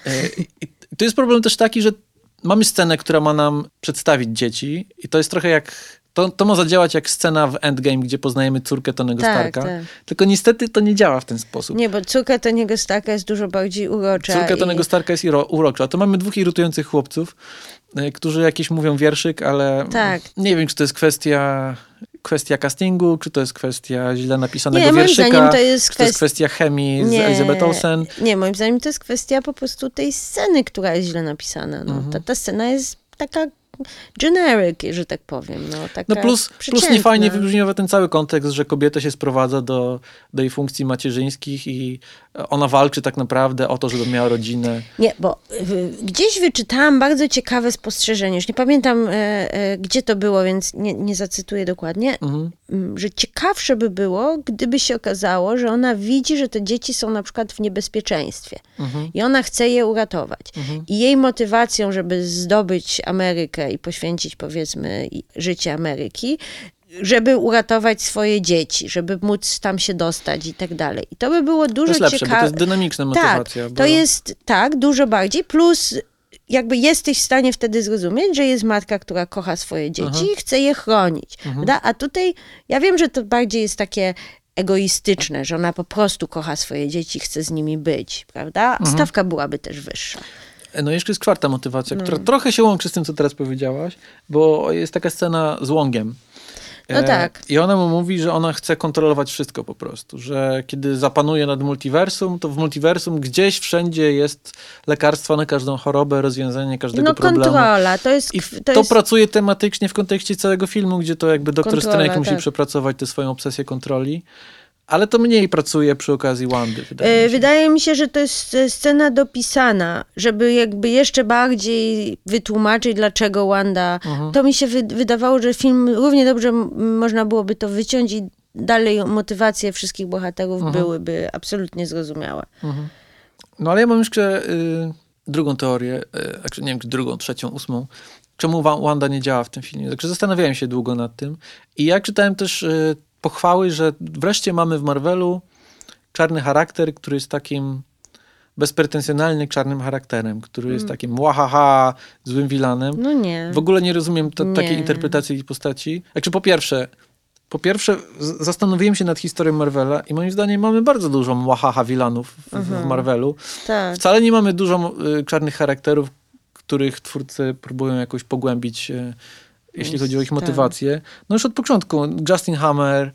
I to jest problem też taki, że mamy scenę, która ma nam przedstawić dzieci i to jest trochę jak... To, to ma zadziałać jak scena w Endgame, gdzie poznajemy córkę Tonego tak, Starka. Tak. Tylko niestety to nie działa w ten sposób. Nie, bo córka Tonego Starka jest dużo bardziej urocza. Córka i... Tonego Starka jest urocza. To mamy dwóch irytujących chłopców, którzy jakieś mówią wierszyk, ale tak. nie wiem, czy to jest kwestia... kwestia castingu, czy to jest kwestia źle napisanego nie, wierszyka, moim zdaniem to jest czy to jest kwestia chemii nie, z Elizabeth Olsen. Nie, moim zdaniem to jest kwestia po prostu tej sceny, która jest źle napisana. No, mhm. ta, ta scena jest taka generic, że tak powiem. No, taka no plus, plus niefajnie wybrzmiewa ten cały kontekst, że kobieta się sprowadza do, do jej funkcji macierzyńskich i ona walczy tak naprawdę o to, żeby miała rodzinę. Nie, bo y, gdzieś wyczytałam bardzo ciekawe spostrzeżenie, już nie pamiętam y, y, gdzie to było, więc nie, nie zacytuję dokładnie, mhm. y, że ciekawsze by było, gdyby się okazało, że ona widzi, że te dzieci są na przykład w niebezpieczeństwie mhm. i ona chce je uratować. Mhm. I jej motywacją, żeby zdobyć Amerykę i poświęcić, powiedzmy, życie Ameryki, żeby uratować swoje dzieci, żeby móc tam się dostać i tak dalej. I to by było dużo ciekawe. To jest lepsze, cieka... bo to jest dynamiczna motywacja. Tak, bo... to jest tak, dużo bardziej, plus jakby jesteś w stanie wtedy zrozumieć, że jest matka, która kocha swoje dzieci Aha. i chce je chronić. Mhm. A tutaj, ja wiem, że to bardziej jest takie egoistyczne, że ona po prostu kocha swoje dzieci, chce z nimi być, prawda? Mhm. Stawka byłaby też wyższa. No jeszcze jest czwarta motywacja, no. która trochę się łączy z tym, co teraz powiedziałaś, bo jest taka scena z Łągiem. No tak. I ona mu mówi, że ona chce kontrolować wszystko po prostu, że kiedy zapanuje nad multiversum, to w multiversum gdzieś wszędzie jest lekarstwo na każdą chorobę, rozwiązanie każdego no, problemu. No kontrola, to jest... I to, to jest... pracuje tematycznie w kontekście całego filmu, gdzie to jakby doktor Strange tak. musi przepracować tę swoją obsesję kontroli. Ale to mniej pracuje przy okazji Wandy. Wydaje mi się, wydaje mi się że to jest scena dopisana, żeby jakby jeszcze bardziej wytłumaczyć, dlaczego Wanda... Mhm. To mi się wy- wydawało, że film równie dobrze m- można byłoby to wyciąć i dalej motywacje wszystkich bohaterów mhm. byłyby absolutnie zrozumiałe. Mhm. No ale ja mam jeszcze y, drugą teorię, y, nie wiem, czy drugą, trzecią, ósmą. Czemu Wanda nie działa w tym filmie? Także zastanawiałem się długo nad tym. I jak czytałem też... Y, pochwały, że wreszcie mamy w Marvelu czarny charakter, który jest takim bezpretensjonalnie czarnym charakterem, który jest takim łahaha, złym vilanem. No nie. W ogóle nie rozumiem to, nie. takiej interpretacji tej postaci. Znaczy po pierwsze, po pierwsze zastanowiłem się nad historią Marvela i moim zdaniem mamy bardzo dużo łahaha vilanów w, mhm. w Marvelu. Tak. Wcale nie mamy dużo y, czarnych charakterów, których twórcy próbują jakoś pogłębić y, jeśli chodzi o ich motywację. No już od początku Justin Hammer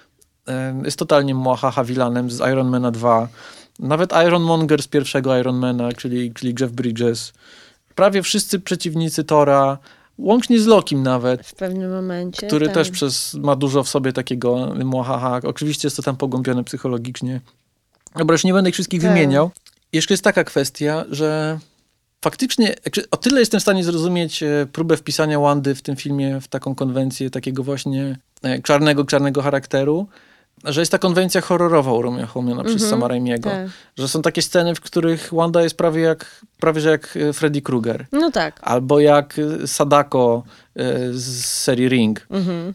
jest totalnie młahaha vilanem z Iron Mana dwa. Nawet Ironmonger z pierwszego Ironmana, czyli, czyli Jeff Bridges. Prawie wszyscy przeciwnicy Thora, łącznie z Lokim nawet. W pewnym momencie. Który tak. też przez, ma dużo w sobie takiego młahaha. Oczywiście jest to tam pogłębione psychologicznie. Dobra, już nie będę ich wszystkich tak. wymieniał. Jeszcze jest taka kwestia, że faktycznie, o tyle jestem w stanie zrozumieć próbę wpisania Wandy w tym filmie w taką konwencję takiego właśnie czarnego, czarnego charakteru, że jest ta konwencja horrorowa uruchomiona mm-hmm, przez Sama Raimiego. Tak. Że są takie sceny, w których Wanda jest prawie jak, prawie że jak Freddy Krueger. No tak. Albo jak Sadako z serii Ring. Mm-hmm.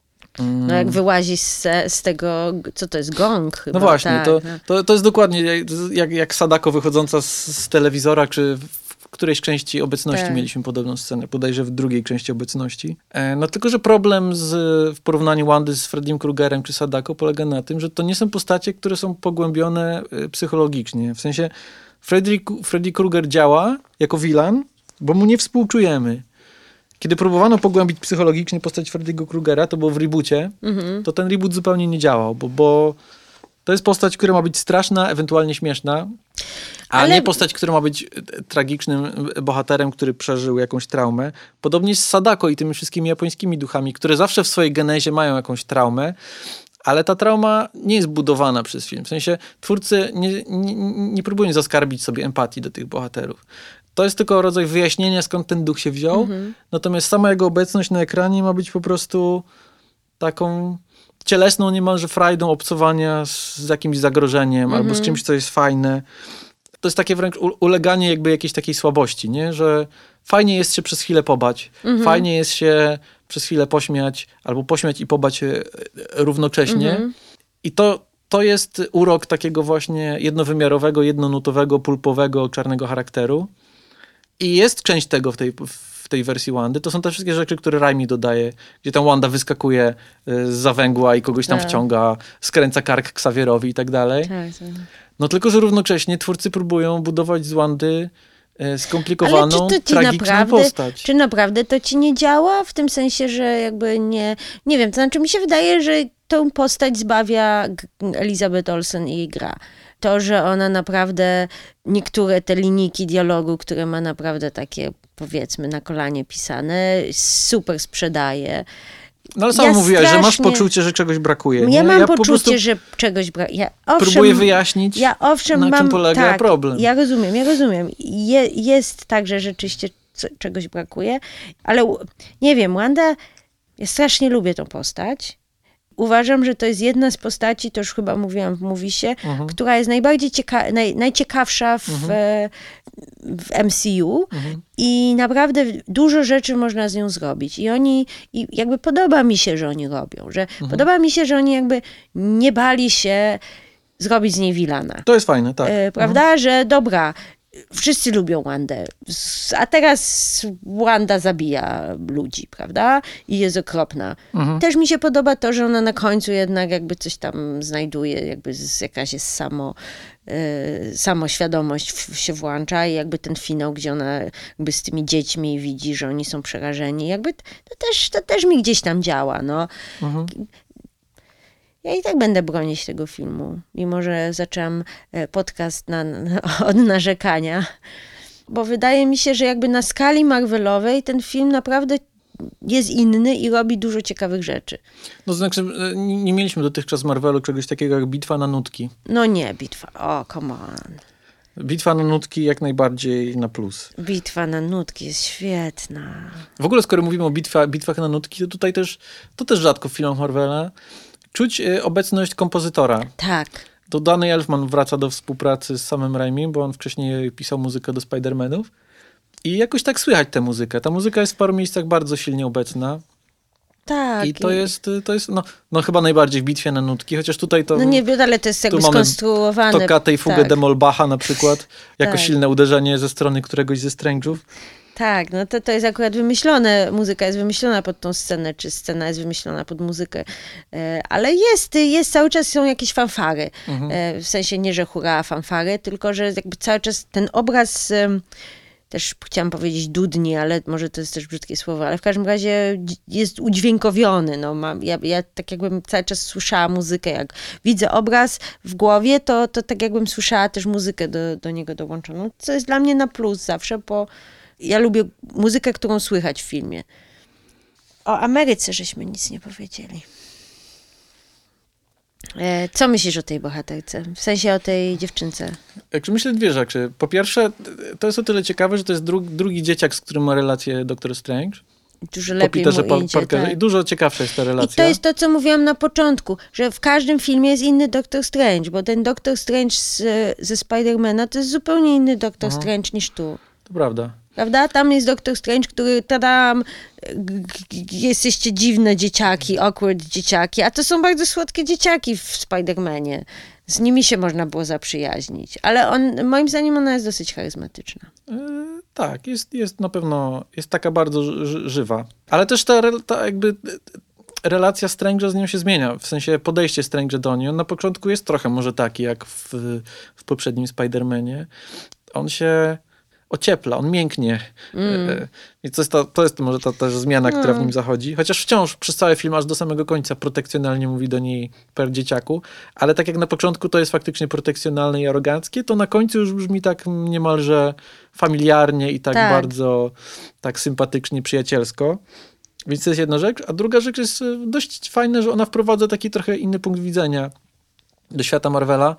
No jak wyłazi z, z tego, co to jest, gong chyba. No właśnie, tak. to, to, to jest dokładnie jak, jak Sadako wychodząca z, z telewizora, czy w którejś części obecności tak. mieliśmy podobną scenę, bodajże w drugiej części obecności. E, no tylko, że problem z, w porównaniu Wandy z Freddym Kruegerem czy Sadako polega na tym, że to nie są postacie, które są pogłębione y, psychologicznie. W sensie Freddy, Freddy Krueger działa jako villain, bo mu nie współczujemy. Kiedy próbowano pogłębić psychologicznie postać Freddy'ego Krugera, to było w reboocie, mm-hmm. to ten reboot zupełnie nie działał, bo, bo to jest postać, która ma być straszna, ewentualnie śmieszna, a Ale... nie postać, która ma być tragicznym bohaterem, który przeżył jakąś traumę. Podobnie z Sadako i tymi wszystkimi japońskimi duchami, które zawsze w swojej genezie mają jakąś traumę, ale ta trauma nie jest budowana przez film. W sensie twórcy nie, nie, nie próbują zaskarbić sobie empatii do tych bohaterów. to jest tylko rodzaj wyjaśnienia, skąd ten duch się wziął. Mhm. Natomiast sama jego obecność na ekranie ma być po prostu taką cielesną niemalże frajdą obcowania z, z jakimś zagrożeniem mhm. albo z czymś, co jest fajne. To jest takie wręcz uleganie jakby jakiejś takiej słabości, nie? Że fajnie jest się przez chwilę pobać, mhm. fajnie jest się przez chwilę pośmiać, albo pośmiać i pobać równocześnie. Mhm. I to, to jest urok takiego właśnie jednowymiarowego, jednonutowego, pulpowego, czarnego charakteru. I jest część tego w tej, w tej wersji Wandy. To są te wszystkie rzeczy, które Raimi dodaje, gdzie tam Wanda wyskakuje z zawęgła i kogoś tam tak. wciąga, skręca kark Xavierowi i tak dalej. Tak, tak. No tylko, że równocześnie twórcy próbują budować z Wandy skomplikowaną, tragiczną naprawdę, postać. Czy naprawdę to ci nie działa? W tym sensie, że jakby nie... Nie wiem, to znaczy mi się wydaje, że tę postać zbawia Elizabeth Olsen i jej gra. To, że ona naprawdę niektóre te linijki dialogu, które ma naprawdę takie, powiedzmy, na kolanie pisane, super sprzedaje. No ale sama ja mówiłaś, strasznie... że masz poczucie, że czegoś brakuje. Ja nie? mam ja poczucie, po że czegoś brakuje. Ja, próbuję wyjaśnić, ja, owszem, na mam, czym polega tak, problem. Ja rozumiem, ja rozumiem. Je, jest tak, że rzeczywiście c- czegoś brakuje, ale nie wiem, Wanda, ja strasznie lubię tą postać. Uważam, że to jest jedna z postaci, to już chyba mówiłam w Movisie, mhm. która jest najbardziej cieka- naj, najciekawsza w, mhm. w M C U mhm. i naprawdę dużo rzeczy można z nią zrobić. I oni, i jakby podoba mi się, że oni robią, że mhm. podoba mi się, że oni jakby nie bali się zrobić z niej wilana. To jest fajne, tak. E, prawda, mhm. że dobra, wszyscy lubią Wandę, a teraz Wanda zabija ludzi, prawda? I jest okropna. Mhm. Też mi się podoba to, że ona na końcu jednak jakby coś tam znajduje, jakby z, jakaś jest samo, y, samoświadomość w, się włącza i jakby ten finał, gdzie ona jakby z tymi dziećmi widzi, że oni są przerażeni, jakby to też, to też mi gdzieś tam działa, no. Mhm. Ja i tak będę bronić tego filmu, mimo że zaczęłam podcast na, na, od narzekania, bo wydaje mi się, że jakby na skali Marvelowej ten film naprawdę jest inny i robi dużo ciekawych rzeczy. No znaczy, nie mieliśmy dotychczas w Marvelu czegoś takiego jak Bitwa na nutki. No nie, bitwa, o, come on. Bitwa na nutki jak najbardziej na plus. Bitwa na nutki jest świetna. W ogóle skoro mówimy o bitwa, bitwach na nutki, to tutaj też, to też rzadko w filmach Marvela czuć y, obecność kompozytora. Tak. To Danny Elfman wraca do współpracy z samym Raimi, bo on wcześniej pisał muzykę do Spider-Manów. I jakoś tak słychać tę muzykę. Ta muzyka jest w paru miejscach bardzo silnie obecna. Tak. I to jest, to jest no, no chyba najbardziej w Bitwie na nutki, chociaż tutaj to... No nie, ale to jest jakby skonstruowane. Tokatę i fugę tak. Demolbacha na przykład, jako tak. silne uderzenie ze strony któregoś ze Strange'ów. Tak, no to, to jest akurat wymyślone, muzyka jest wymyślona pod tą scenę, czy scena jest wymyślona pod muzykę, ale jest, jest cały czas są jakieś fanfary, mhm. w sensie nie, że hurra fanfary, tylko że jakby cały czas ten obraz, też chciałam powiedzieć dudni, ale może to jest też brzydkie słowo, ale w każdym razie jest udźwiękowiony, no, mam, ja, ja tak jakbym cały czas słyszała muzykę, jak widzę obraz w głowie, to, to tak jakbym słyszała też muzykę do, do niego dołączoną, co jest dla mnie na plus zawsze, bo ja lubię muzykę, którą słychać w filmie. O Ameryce żeśmy nic nie powiedzieli. E, co myślisz o tej bohaterce? W sensie o tej dziewczynce? Myślę dwie rzeczy. Po pierwsze, to jest o tyle ciekawe, że to jest dru- drugi dzieciak, z którym ma relację Doktor Strange. Dużo lepiej mu pa- idzie, tak. I dużo ciekawsza jest ta relacja. I to jest to, co mówiłam na początku, że w każdym filmie jest inny Doktor Strange, bo ten Doktor Strange z, ze Spidermana to jest zupełnie inny Doktor Aha. Strange niż tu. To prawda. Prawda? Tam jest Doktor Strange, który tadam, jesteście dziwne dzieciaki, awkward dzieciaki, a to są bardzo słodkie dzieciaki w Spidermanie. Z nimi się można było zaprzyjaźnić. Ale on, moim zdaniem ona jest dosyć charyzmatyczna. Yy, tak, jest, jest na pewno, jest taka bardzo ży- żywa. Ale też ta, ta jakby relacja Strange'a z nią się zmienia. W sensie podejście Strange'a do niej. On na początku jest trochę może taki, jak w, w poprzednim Spider-Manie. On się ociepla, on mięknie. Mm. I to jest, ta, to jest może ta też zmiana, która mm. w nim zachodzi. Chociaż wciąż przez cały film aż do samego końca protekcjonalnie mówi do niej per dzieciaku, ale tak jak na początku to jest faktycznie protekcjonalne i aroganckie, to na końcu już brzmi tak niemalże familiarnie i tak, tak. bardzo tak sympatycznie, przyjacielsko. Więc to jest jedna rzecz. A druga rzecz jest dość fajna, że ona wprowadza taki trochę inny punkt widzenia do świata Marvela,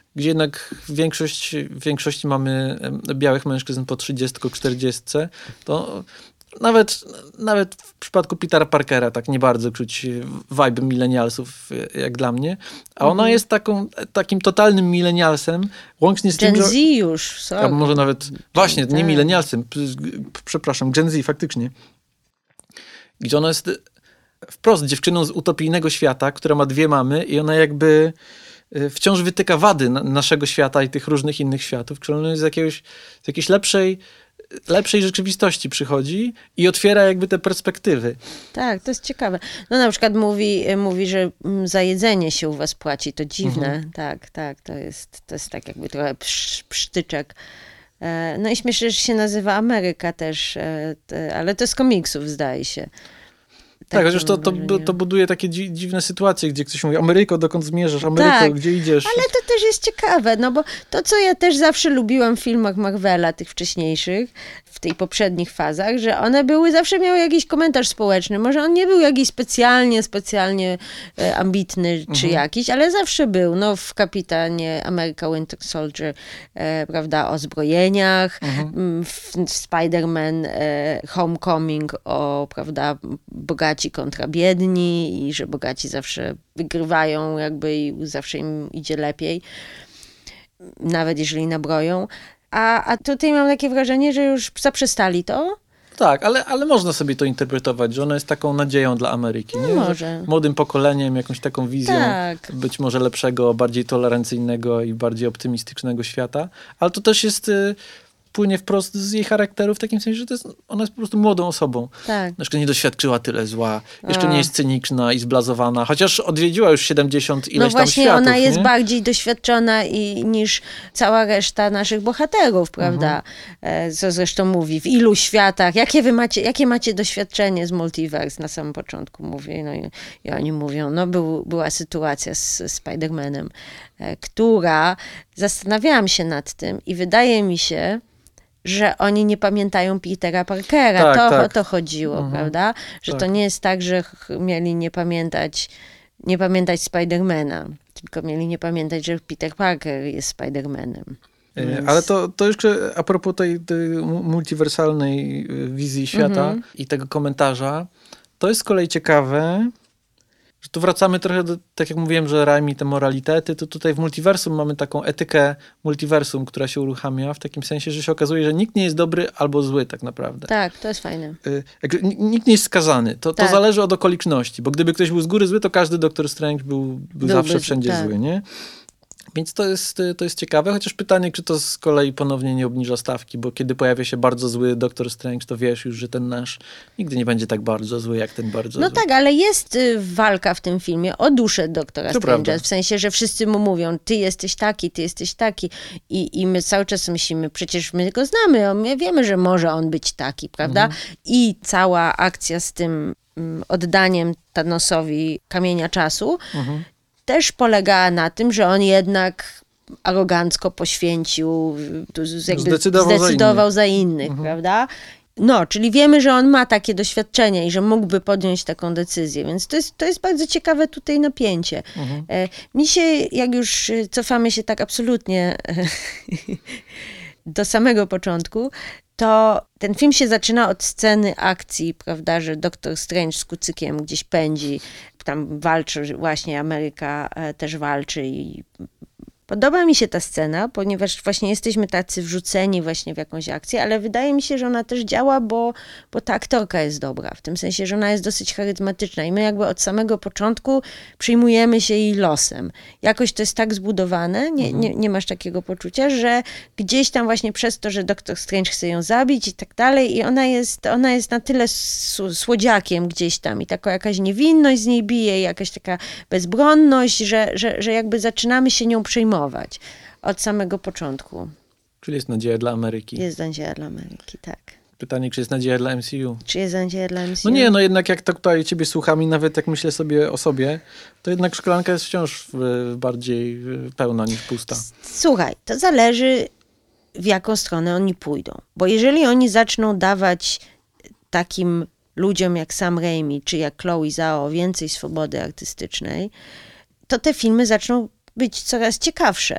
gdzie jednak większość, w większości mamy białych mężczyzn po trzydziestce, czterdziestce, to nawet, nawet w przypadku Petera Parkera tak nie bardzo czuć vibe millennialsów jak dla mnie, a ona mhm. jest taką, takim totalnym millennialsem, łącznie z Gen tym, Z że... już. Sorry. A może nawet, właśnie, nie millennialsem, przepraszam, Gen Z faktycznie. Gdzie ona jest wprost dziewczyną z utopijnego świata, która ma dwie mamy i ona jakby wciąż wytyka wady naszego świata i tych różnych innych światów, która ona z, jakiegoś, z jakiejś lepszej lepszej rzeczywistości przychodzi i otwiera jakby te perspektywy. Tak, to jest ciekawe. No na przykład mówi, mówi że za jedzenie się u was płaci, to dziwne. Mhm. Tak, tak, to jest, to jest tak jakby trochę psz, psztyczek. No i śmiesznie, że się nazywa Ameryka też, ale to z komiksów zdaje się. Tak, chociaż to, to, to buduje takie dzi dziwne sytuacje, gdzie ktoś mówi, Ameryko, dokąd zmierzasz? Ameryko, tak, gdzie idziesz? Ale to też jest ciekawe, no bo to, co ja też zawsze lubiłam w filmach Marvela, tych wcześniejszych, w tych poprzednich fazach, że one były, zawsze miały jakiś komentarz społeczny. Może on nie był jakiś specjalnie, specjalnie e, ambitny czy mhm. jakiś, ale zawsze był. No w Kapitanie America Winter Soldier, e, prawda, o zbrojeniach, mhm. w, w Spider-Man e, Homecoming o, prawda, bogaci kontra biedni i że bogaci zawsze wygrywają jakby i zawsze im idzie lepiej, nawet jeżeli nabroją. A, a tutaj mam takie wrażenie, że już zaprzestali to. Tak, ale, ale można sobie to interpretować, że ona jest taką nadzieją dla Ameryki. No nie? może. Że młodym pokoleniem, jakąś taką wizją tak. być może lepszego, bardziej tolerancyjnego i bardziej optymistycznego świata. Ale to też jest... płynie wprost z jej charakteru w takim sensie, że to jest, ona jest po prostu młodą osobą. Tak. Jeszcze nie doświadczyła tyle zła, jeszcze A. nie jest cyniczna i zblazowana, chociaż odwiedziła już siedemdziesiąt ileś no tam światów. No właśnie, ona jest nie? bardziej doświadczona i, niż cała reszta naszych bohaterów, prawda? Mhm. Co zresztą mówi, w ilu światach, jakie wy macie, jakie macie doświadczenie z multiverse na samym początku, mówi. No i, i oni mówią, no był, była sytuacja z Spider-Manem, która, zastanawiałam się nad tym i wydaje mi się, że oni nie pamiętają Petera Parkera. Tak, to, tak. o to chodziło, mhm. prawda? Że tak. to nie jest tak, że mieli nie pamiętać, nie pamiętać Spidermana, tylko mieli nie pamiętać, że Peter Parker jest Spidermanem. Więc... Ale to, to jeszcze a propos tej, tej multiwersalnej wizji świata mhm. i tego komentarza, to jest z kolei ciekawe, że tu wracamy trochę do, tak jak mówiłem, że Raimi te moralitety, to tutaj w multiversum mamy taką etykę multiversum, która się uruchamia w takim sensie, że się okazuje, że nikt nie jest dobry albo zły tak naprawdę. Tak, to jest fajne. Jakby nikt nie jest skazany. To, tak. to zależy od okoliczności, bo gdyby ktoś był z góry zły, to każdy Doktor Strange był, był Byłby, zawsze wszędzie tak. zły, nie? Więc to jest, to jest ciekawe, chociaż pytanie, czy to z kolei ponownie nie obniża stawki, bo kiedy pojawia się bardzo zły Doktor Strange, to wiesz już, że ten nasz nigdy nie będzie tak bardzo zły, jak ten bardzo no zły. No tak, ale jest y, walka w tym filmie o duszę Doktora Strange'a, w sensie, że wszyscy mu mówią, ty jesteś taki, ty jesteś taki i, i my cały czas myślimy, przecież my go znamy, my wiemy, że może on być taki, prawda? Mhm. I cała akcja z tym mm, oddaniem Thanosowi kamienia czasu mhm. też polegała na tym, że on jednak arogancko poświęcił, jakby zdecydował, zdecydował za innych, za innych mhm. prawda? No, czyli wiemy, że on ma takie doświadczenia i że mógłby podjąć taką decyzję, więc to jest, to jest bardzo ciekawe tutaj napięcie. Mhm. Mi się, jak już cofamy się tak absolutnie do samego początku, to ten film się zaczyna od sceny akcji, prawda, że Doktor Strange z kucykiem gdzieś pędzi, tam walczy, właśnie Ameryka też walczy i podoba mi się ta scena, ponieważ właśnie jesteśmy tacy wrzuceni właśnie w jakąś akcję, ale wydaje mi się, że ona też działa, bo, bo ta aktorka jest dobra, w tym sensie, że ona jest dosyć charyzmatyczna i my jakby od samego początku przyjmujemy się jej losem. Jakoś to jest tak zbudowane, nie, nie, nie masz takiego poczucia, że gdzieś tam właśnie przez to, że Doktor Strange chce ją zabić i tak dalej i ona jest, ona jest na tyle słodziakiem gdzieś tam i taka jakaś niewinność z niej bije, jakaś taka bezbronność, że, że, że jakby zaczynamy się nią przejmować. Od samego początku. Czyli jest nadzieja dla Ameryki. Jest nadzieja dla Ameryki, tak. Pytanie, czy jest nadzieja dla M C U? Czy jest nadzieja dla M C U? No nie, no jednak jak to tutaj ciebie słucham i nawet jak myślę sobie o sobie, to jednak szklanka jest wciąż bardziej pełna niż pusta. Słuchaj, to zależy w jaką stronę oni pójdą. Bo jeżeli oni zaczną dawać takim ludziom jak Sam Raimi, czy jak Chloe Zhao więcej swobody artystycznej, to te filmy zaczną być coraz ciekawsze.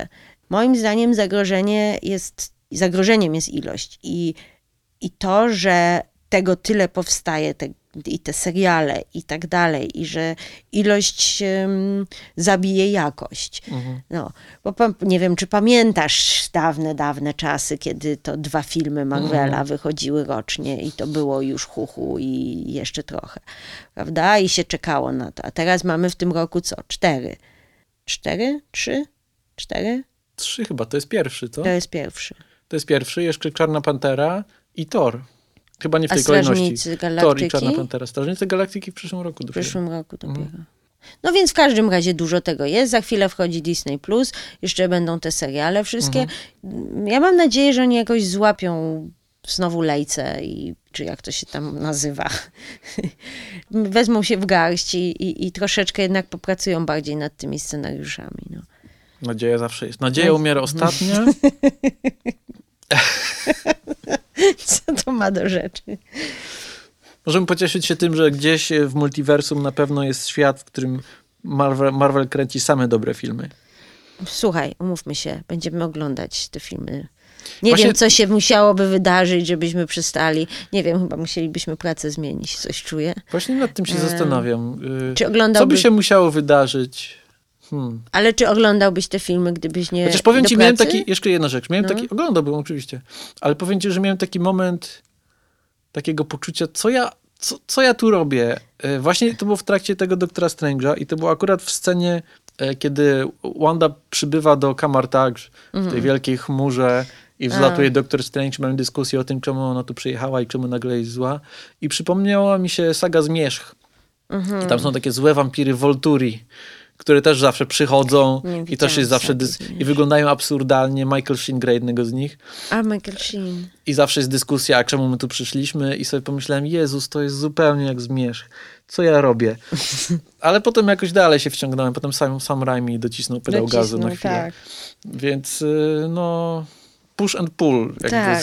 moim zdaniem zagrożenie jest, zagrożeniem jest ilość i, i to, że tego tyle powstaje, te, i te seriale i tak dalej, i że ilość um, zabije jakość. Mhm. No, bo nie wiem, czy pamiętasz dawne, dawne czasy, kiedy to dwa filmy Marvela mhm. wychodziły rocznie i to było już huhu i jeszcze trochę, prawda? I się czekało na to. A teraz mamy w tym roku co? Cztery. Cztery? Trzy? Cztery? Trzy chyba, to jest pierwszy, co? To jest pierwszy. To jest pierwszy, jeszcze Czarna Pantera i Thor. Chyba nie w tej A kolejności. Galaktyki? Thor i Czarna Pantera. Strażnicy Galaktyki w przyszłym roku dopiero. W przyszłym roku dopiero. Mm. No więc w każdym razie dużo tego jest. Za chwilę wchodzi Disney plus, jeszcze będą te seriale wszystkie. Mhm. Ja mam nadzieję, że oni jakoś złapią znowu lejce, i, czy jak to się tam nazywa. Wezmą się w garść i, i, i troszeczkę jednak popracują bardziej nad tymi scenariuszami. No. Nadzieja zawsze jest. Nadzieja umiera ostatnia. Co to ma do rzeczy? Możemy pocieszyć się tym, że gdzieś w multiversum na pewno jest świat, w którym Marvel, Marvel kręci same dobre filmy. Słuchaj, umówmy się, będziemy oglądać te filmy. Nie Właśnie... wiem, co się musiałoby wydarzyć, żebyśmy przestali. Nie wiem, chyba musielibyśmy pracę zmienić, coś czuję. Właśnie nad tym się um, zastanawiam. Czy oglądałbyś... Co by się musiało wydarzyć? Hmm. Ale czy oglądałbyś te filmy, gdybyś nie... Chociaż powiem do ci, pracy? miałem taki, jeszcze jedna rzecz, miałem no. taki, oglądałbym oczywiście, ale powiem ci, że miałem taki moment takiego poczucia, co ja, co, co ja tu robię. Właśnie to było w trakcie tego Doktora Strange'a i to było akurat w scenie, kiedy Wanda przybywa do Kamartaj w tej wielkiej chmurze i wzlatuje A. Doktor Strange, mamy dyskusję o tym, czemu ona tu przyjechała i czemu nagle jest zła. I przypomniała mi się saga Zmierzch. Mhm. I tam są takie złe wampiry Volturi, które też zawsze przychodzą i też jest zawsze dys- i wyglądają absurdalnie. Michael Sheen gra jednego z nich. A, Michael Sheen. I zawsze jest dyskusja, a czemu my tu przyszliśmy? I sobie pomyślałem, Jezus, to jest zupełnie jak Zmierzch. Co ja robię? Ale potem jakoś dalej się wciągnąłem. Potem sam, sam Raimi docisnął pedał docisnął, gazu na chwilę. Tak. Więc no... push and pull. Jakby. Tak.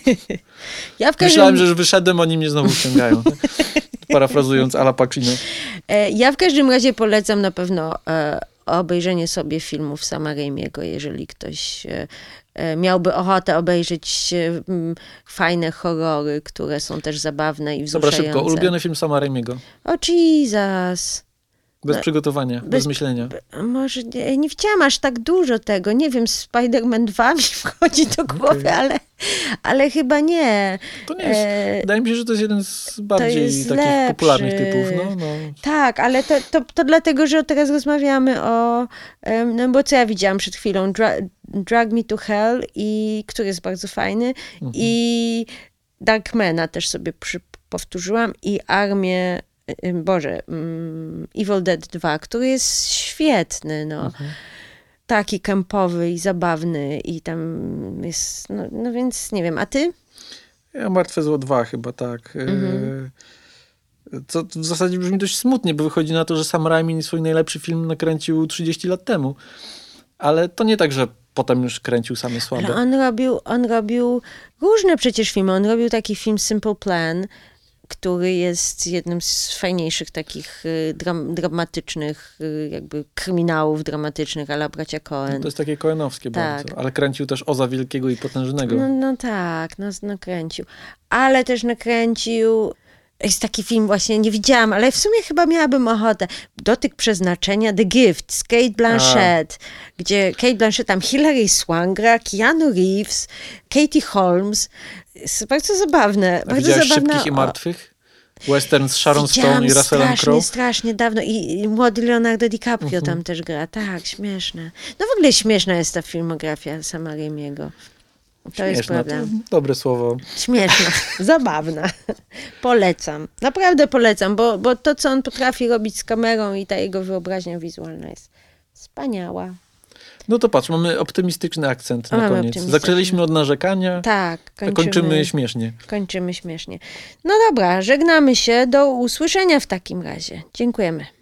Ja w każdym... Myślałem, że już wyszedłem, oni mnie znowu wciągają. Parafrazując Ala Pacino. Ja w każdym razie polecam na pewno e, obejrzenie sobie filmów Sama Raimiego, jeżeli ktoś e, miałby ochotę obejrzeć e, m, fajne horrory, które są też zabawne i wzruszające. Dobra, szybko. Ulubiony film Sama Raimiego. O Jesus. Bez no, przygotowania, bez, bez myślenia. B, może nie, nie chciałam aż tak dużo tego. Nie wiem, Spider-Man dwa mi wchodzi do głowy, okay. ale, ale chyba nie. To nie jest, e, wydaje mi się, że to jest jeden z bardziej takich lepszy. popularnych typów. No, no. Tak, ale to, to, to dlatego, że teraz rozmawiamy o, no bo co ja widziałam przed chwilą, Dra, Drag Me to Hell, i, który jest bardzo fajny, mhm. i Darkmana też sobie przy, powtórzyłam, i Armię Boże, um, Evil Dead dwa, który jest świetny, no. Mhm. Taki kempowy i zabawny i tam jest, no, no więc nie wiem, a ty? Ja Martwe Zło dwa chyba, tak. Mhm. Co w zasadzie brzmi dość smutnie, bo wychodzi na to, że Sam Raimi swój najlepszy film nakręcił trzydzieści lat temu. Ale to nie tak, że potem już kręcił same słabe. Ale on robił, on robił różne przecież filmy. On robił taki film Simple Plan, który jest jednym z fajniejszych takich dram, dramatycznych, jakby kryminałów dramatycznych, a la bracia Coen. No to jest takie coenowskie tak. bardzo, ale kręcił też Oza Wielkiego i Potężnego. No, no tak, no, nakręcił. Ale też nakręcił, jest taki film właśnie, nie widziałam, ale w sumie chyba miałabym ochotę. Dotyk przeznaczenia, The Gift, z Cate Blanchett, a. gdzie Cate Blanchett, tam Hilary Swank gra, Keanu Reeves, Katie Holmes. Jest bardzo zabawne. A bardzo widziałeś zabawna... Szybkich i Martwych? Western z Sharon Stone i Russellem Crowe? strasznie, strasznie dawno. I, I młody Leonardo DiCaprio uh-huh. tam też gra. Tak, śmieszne. No w ogóle śmieszna jest ta filmografia Sama Raimiego. To śmieszna, jest problem. To dobre słowo. Śmieszna, zabawna. Polecam. Naprawdę polecam, bo, bo to, co on potrafi robić z kamerą i ta jego wyobraźnia wizualna jest wspaniała. No to patrz, mamy optymistyczny akcent na mamy koniec. Zaczęliśmy od narzekania, tak, kończymy, kończymy śmiesznie. Kończymy śmiesznie. No dobra, żegnamy się. Do usłyszenia w takim razie. Dziękujemy.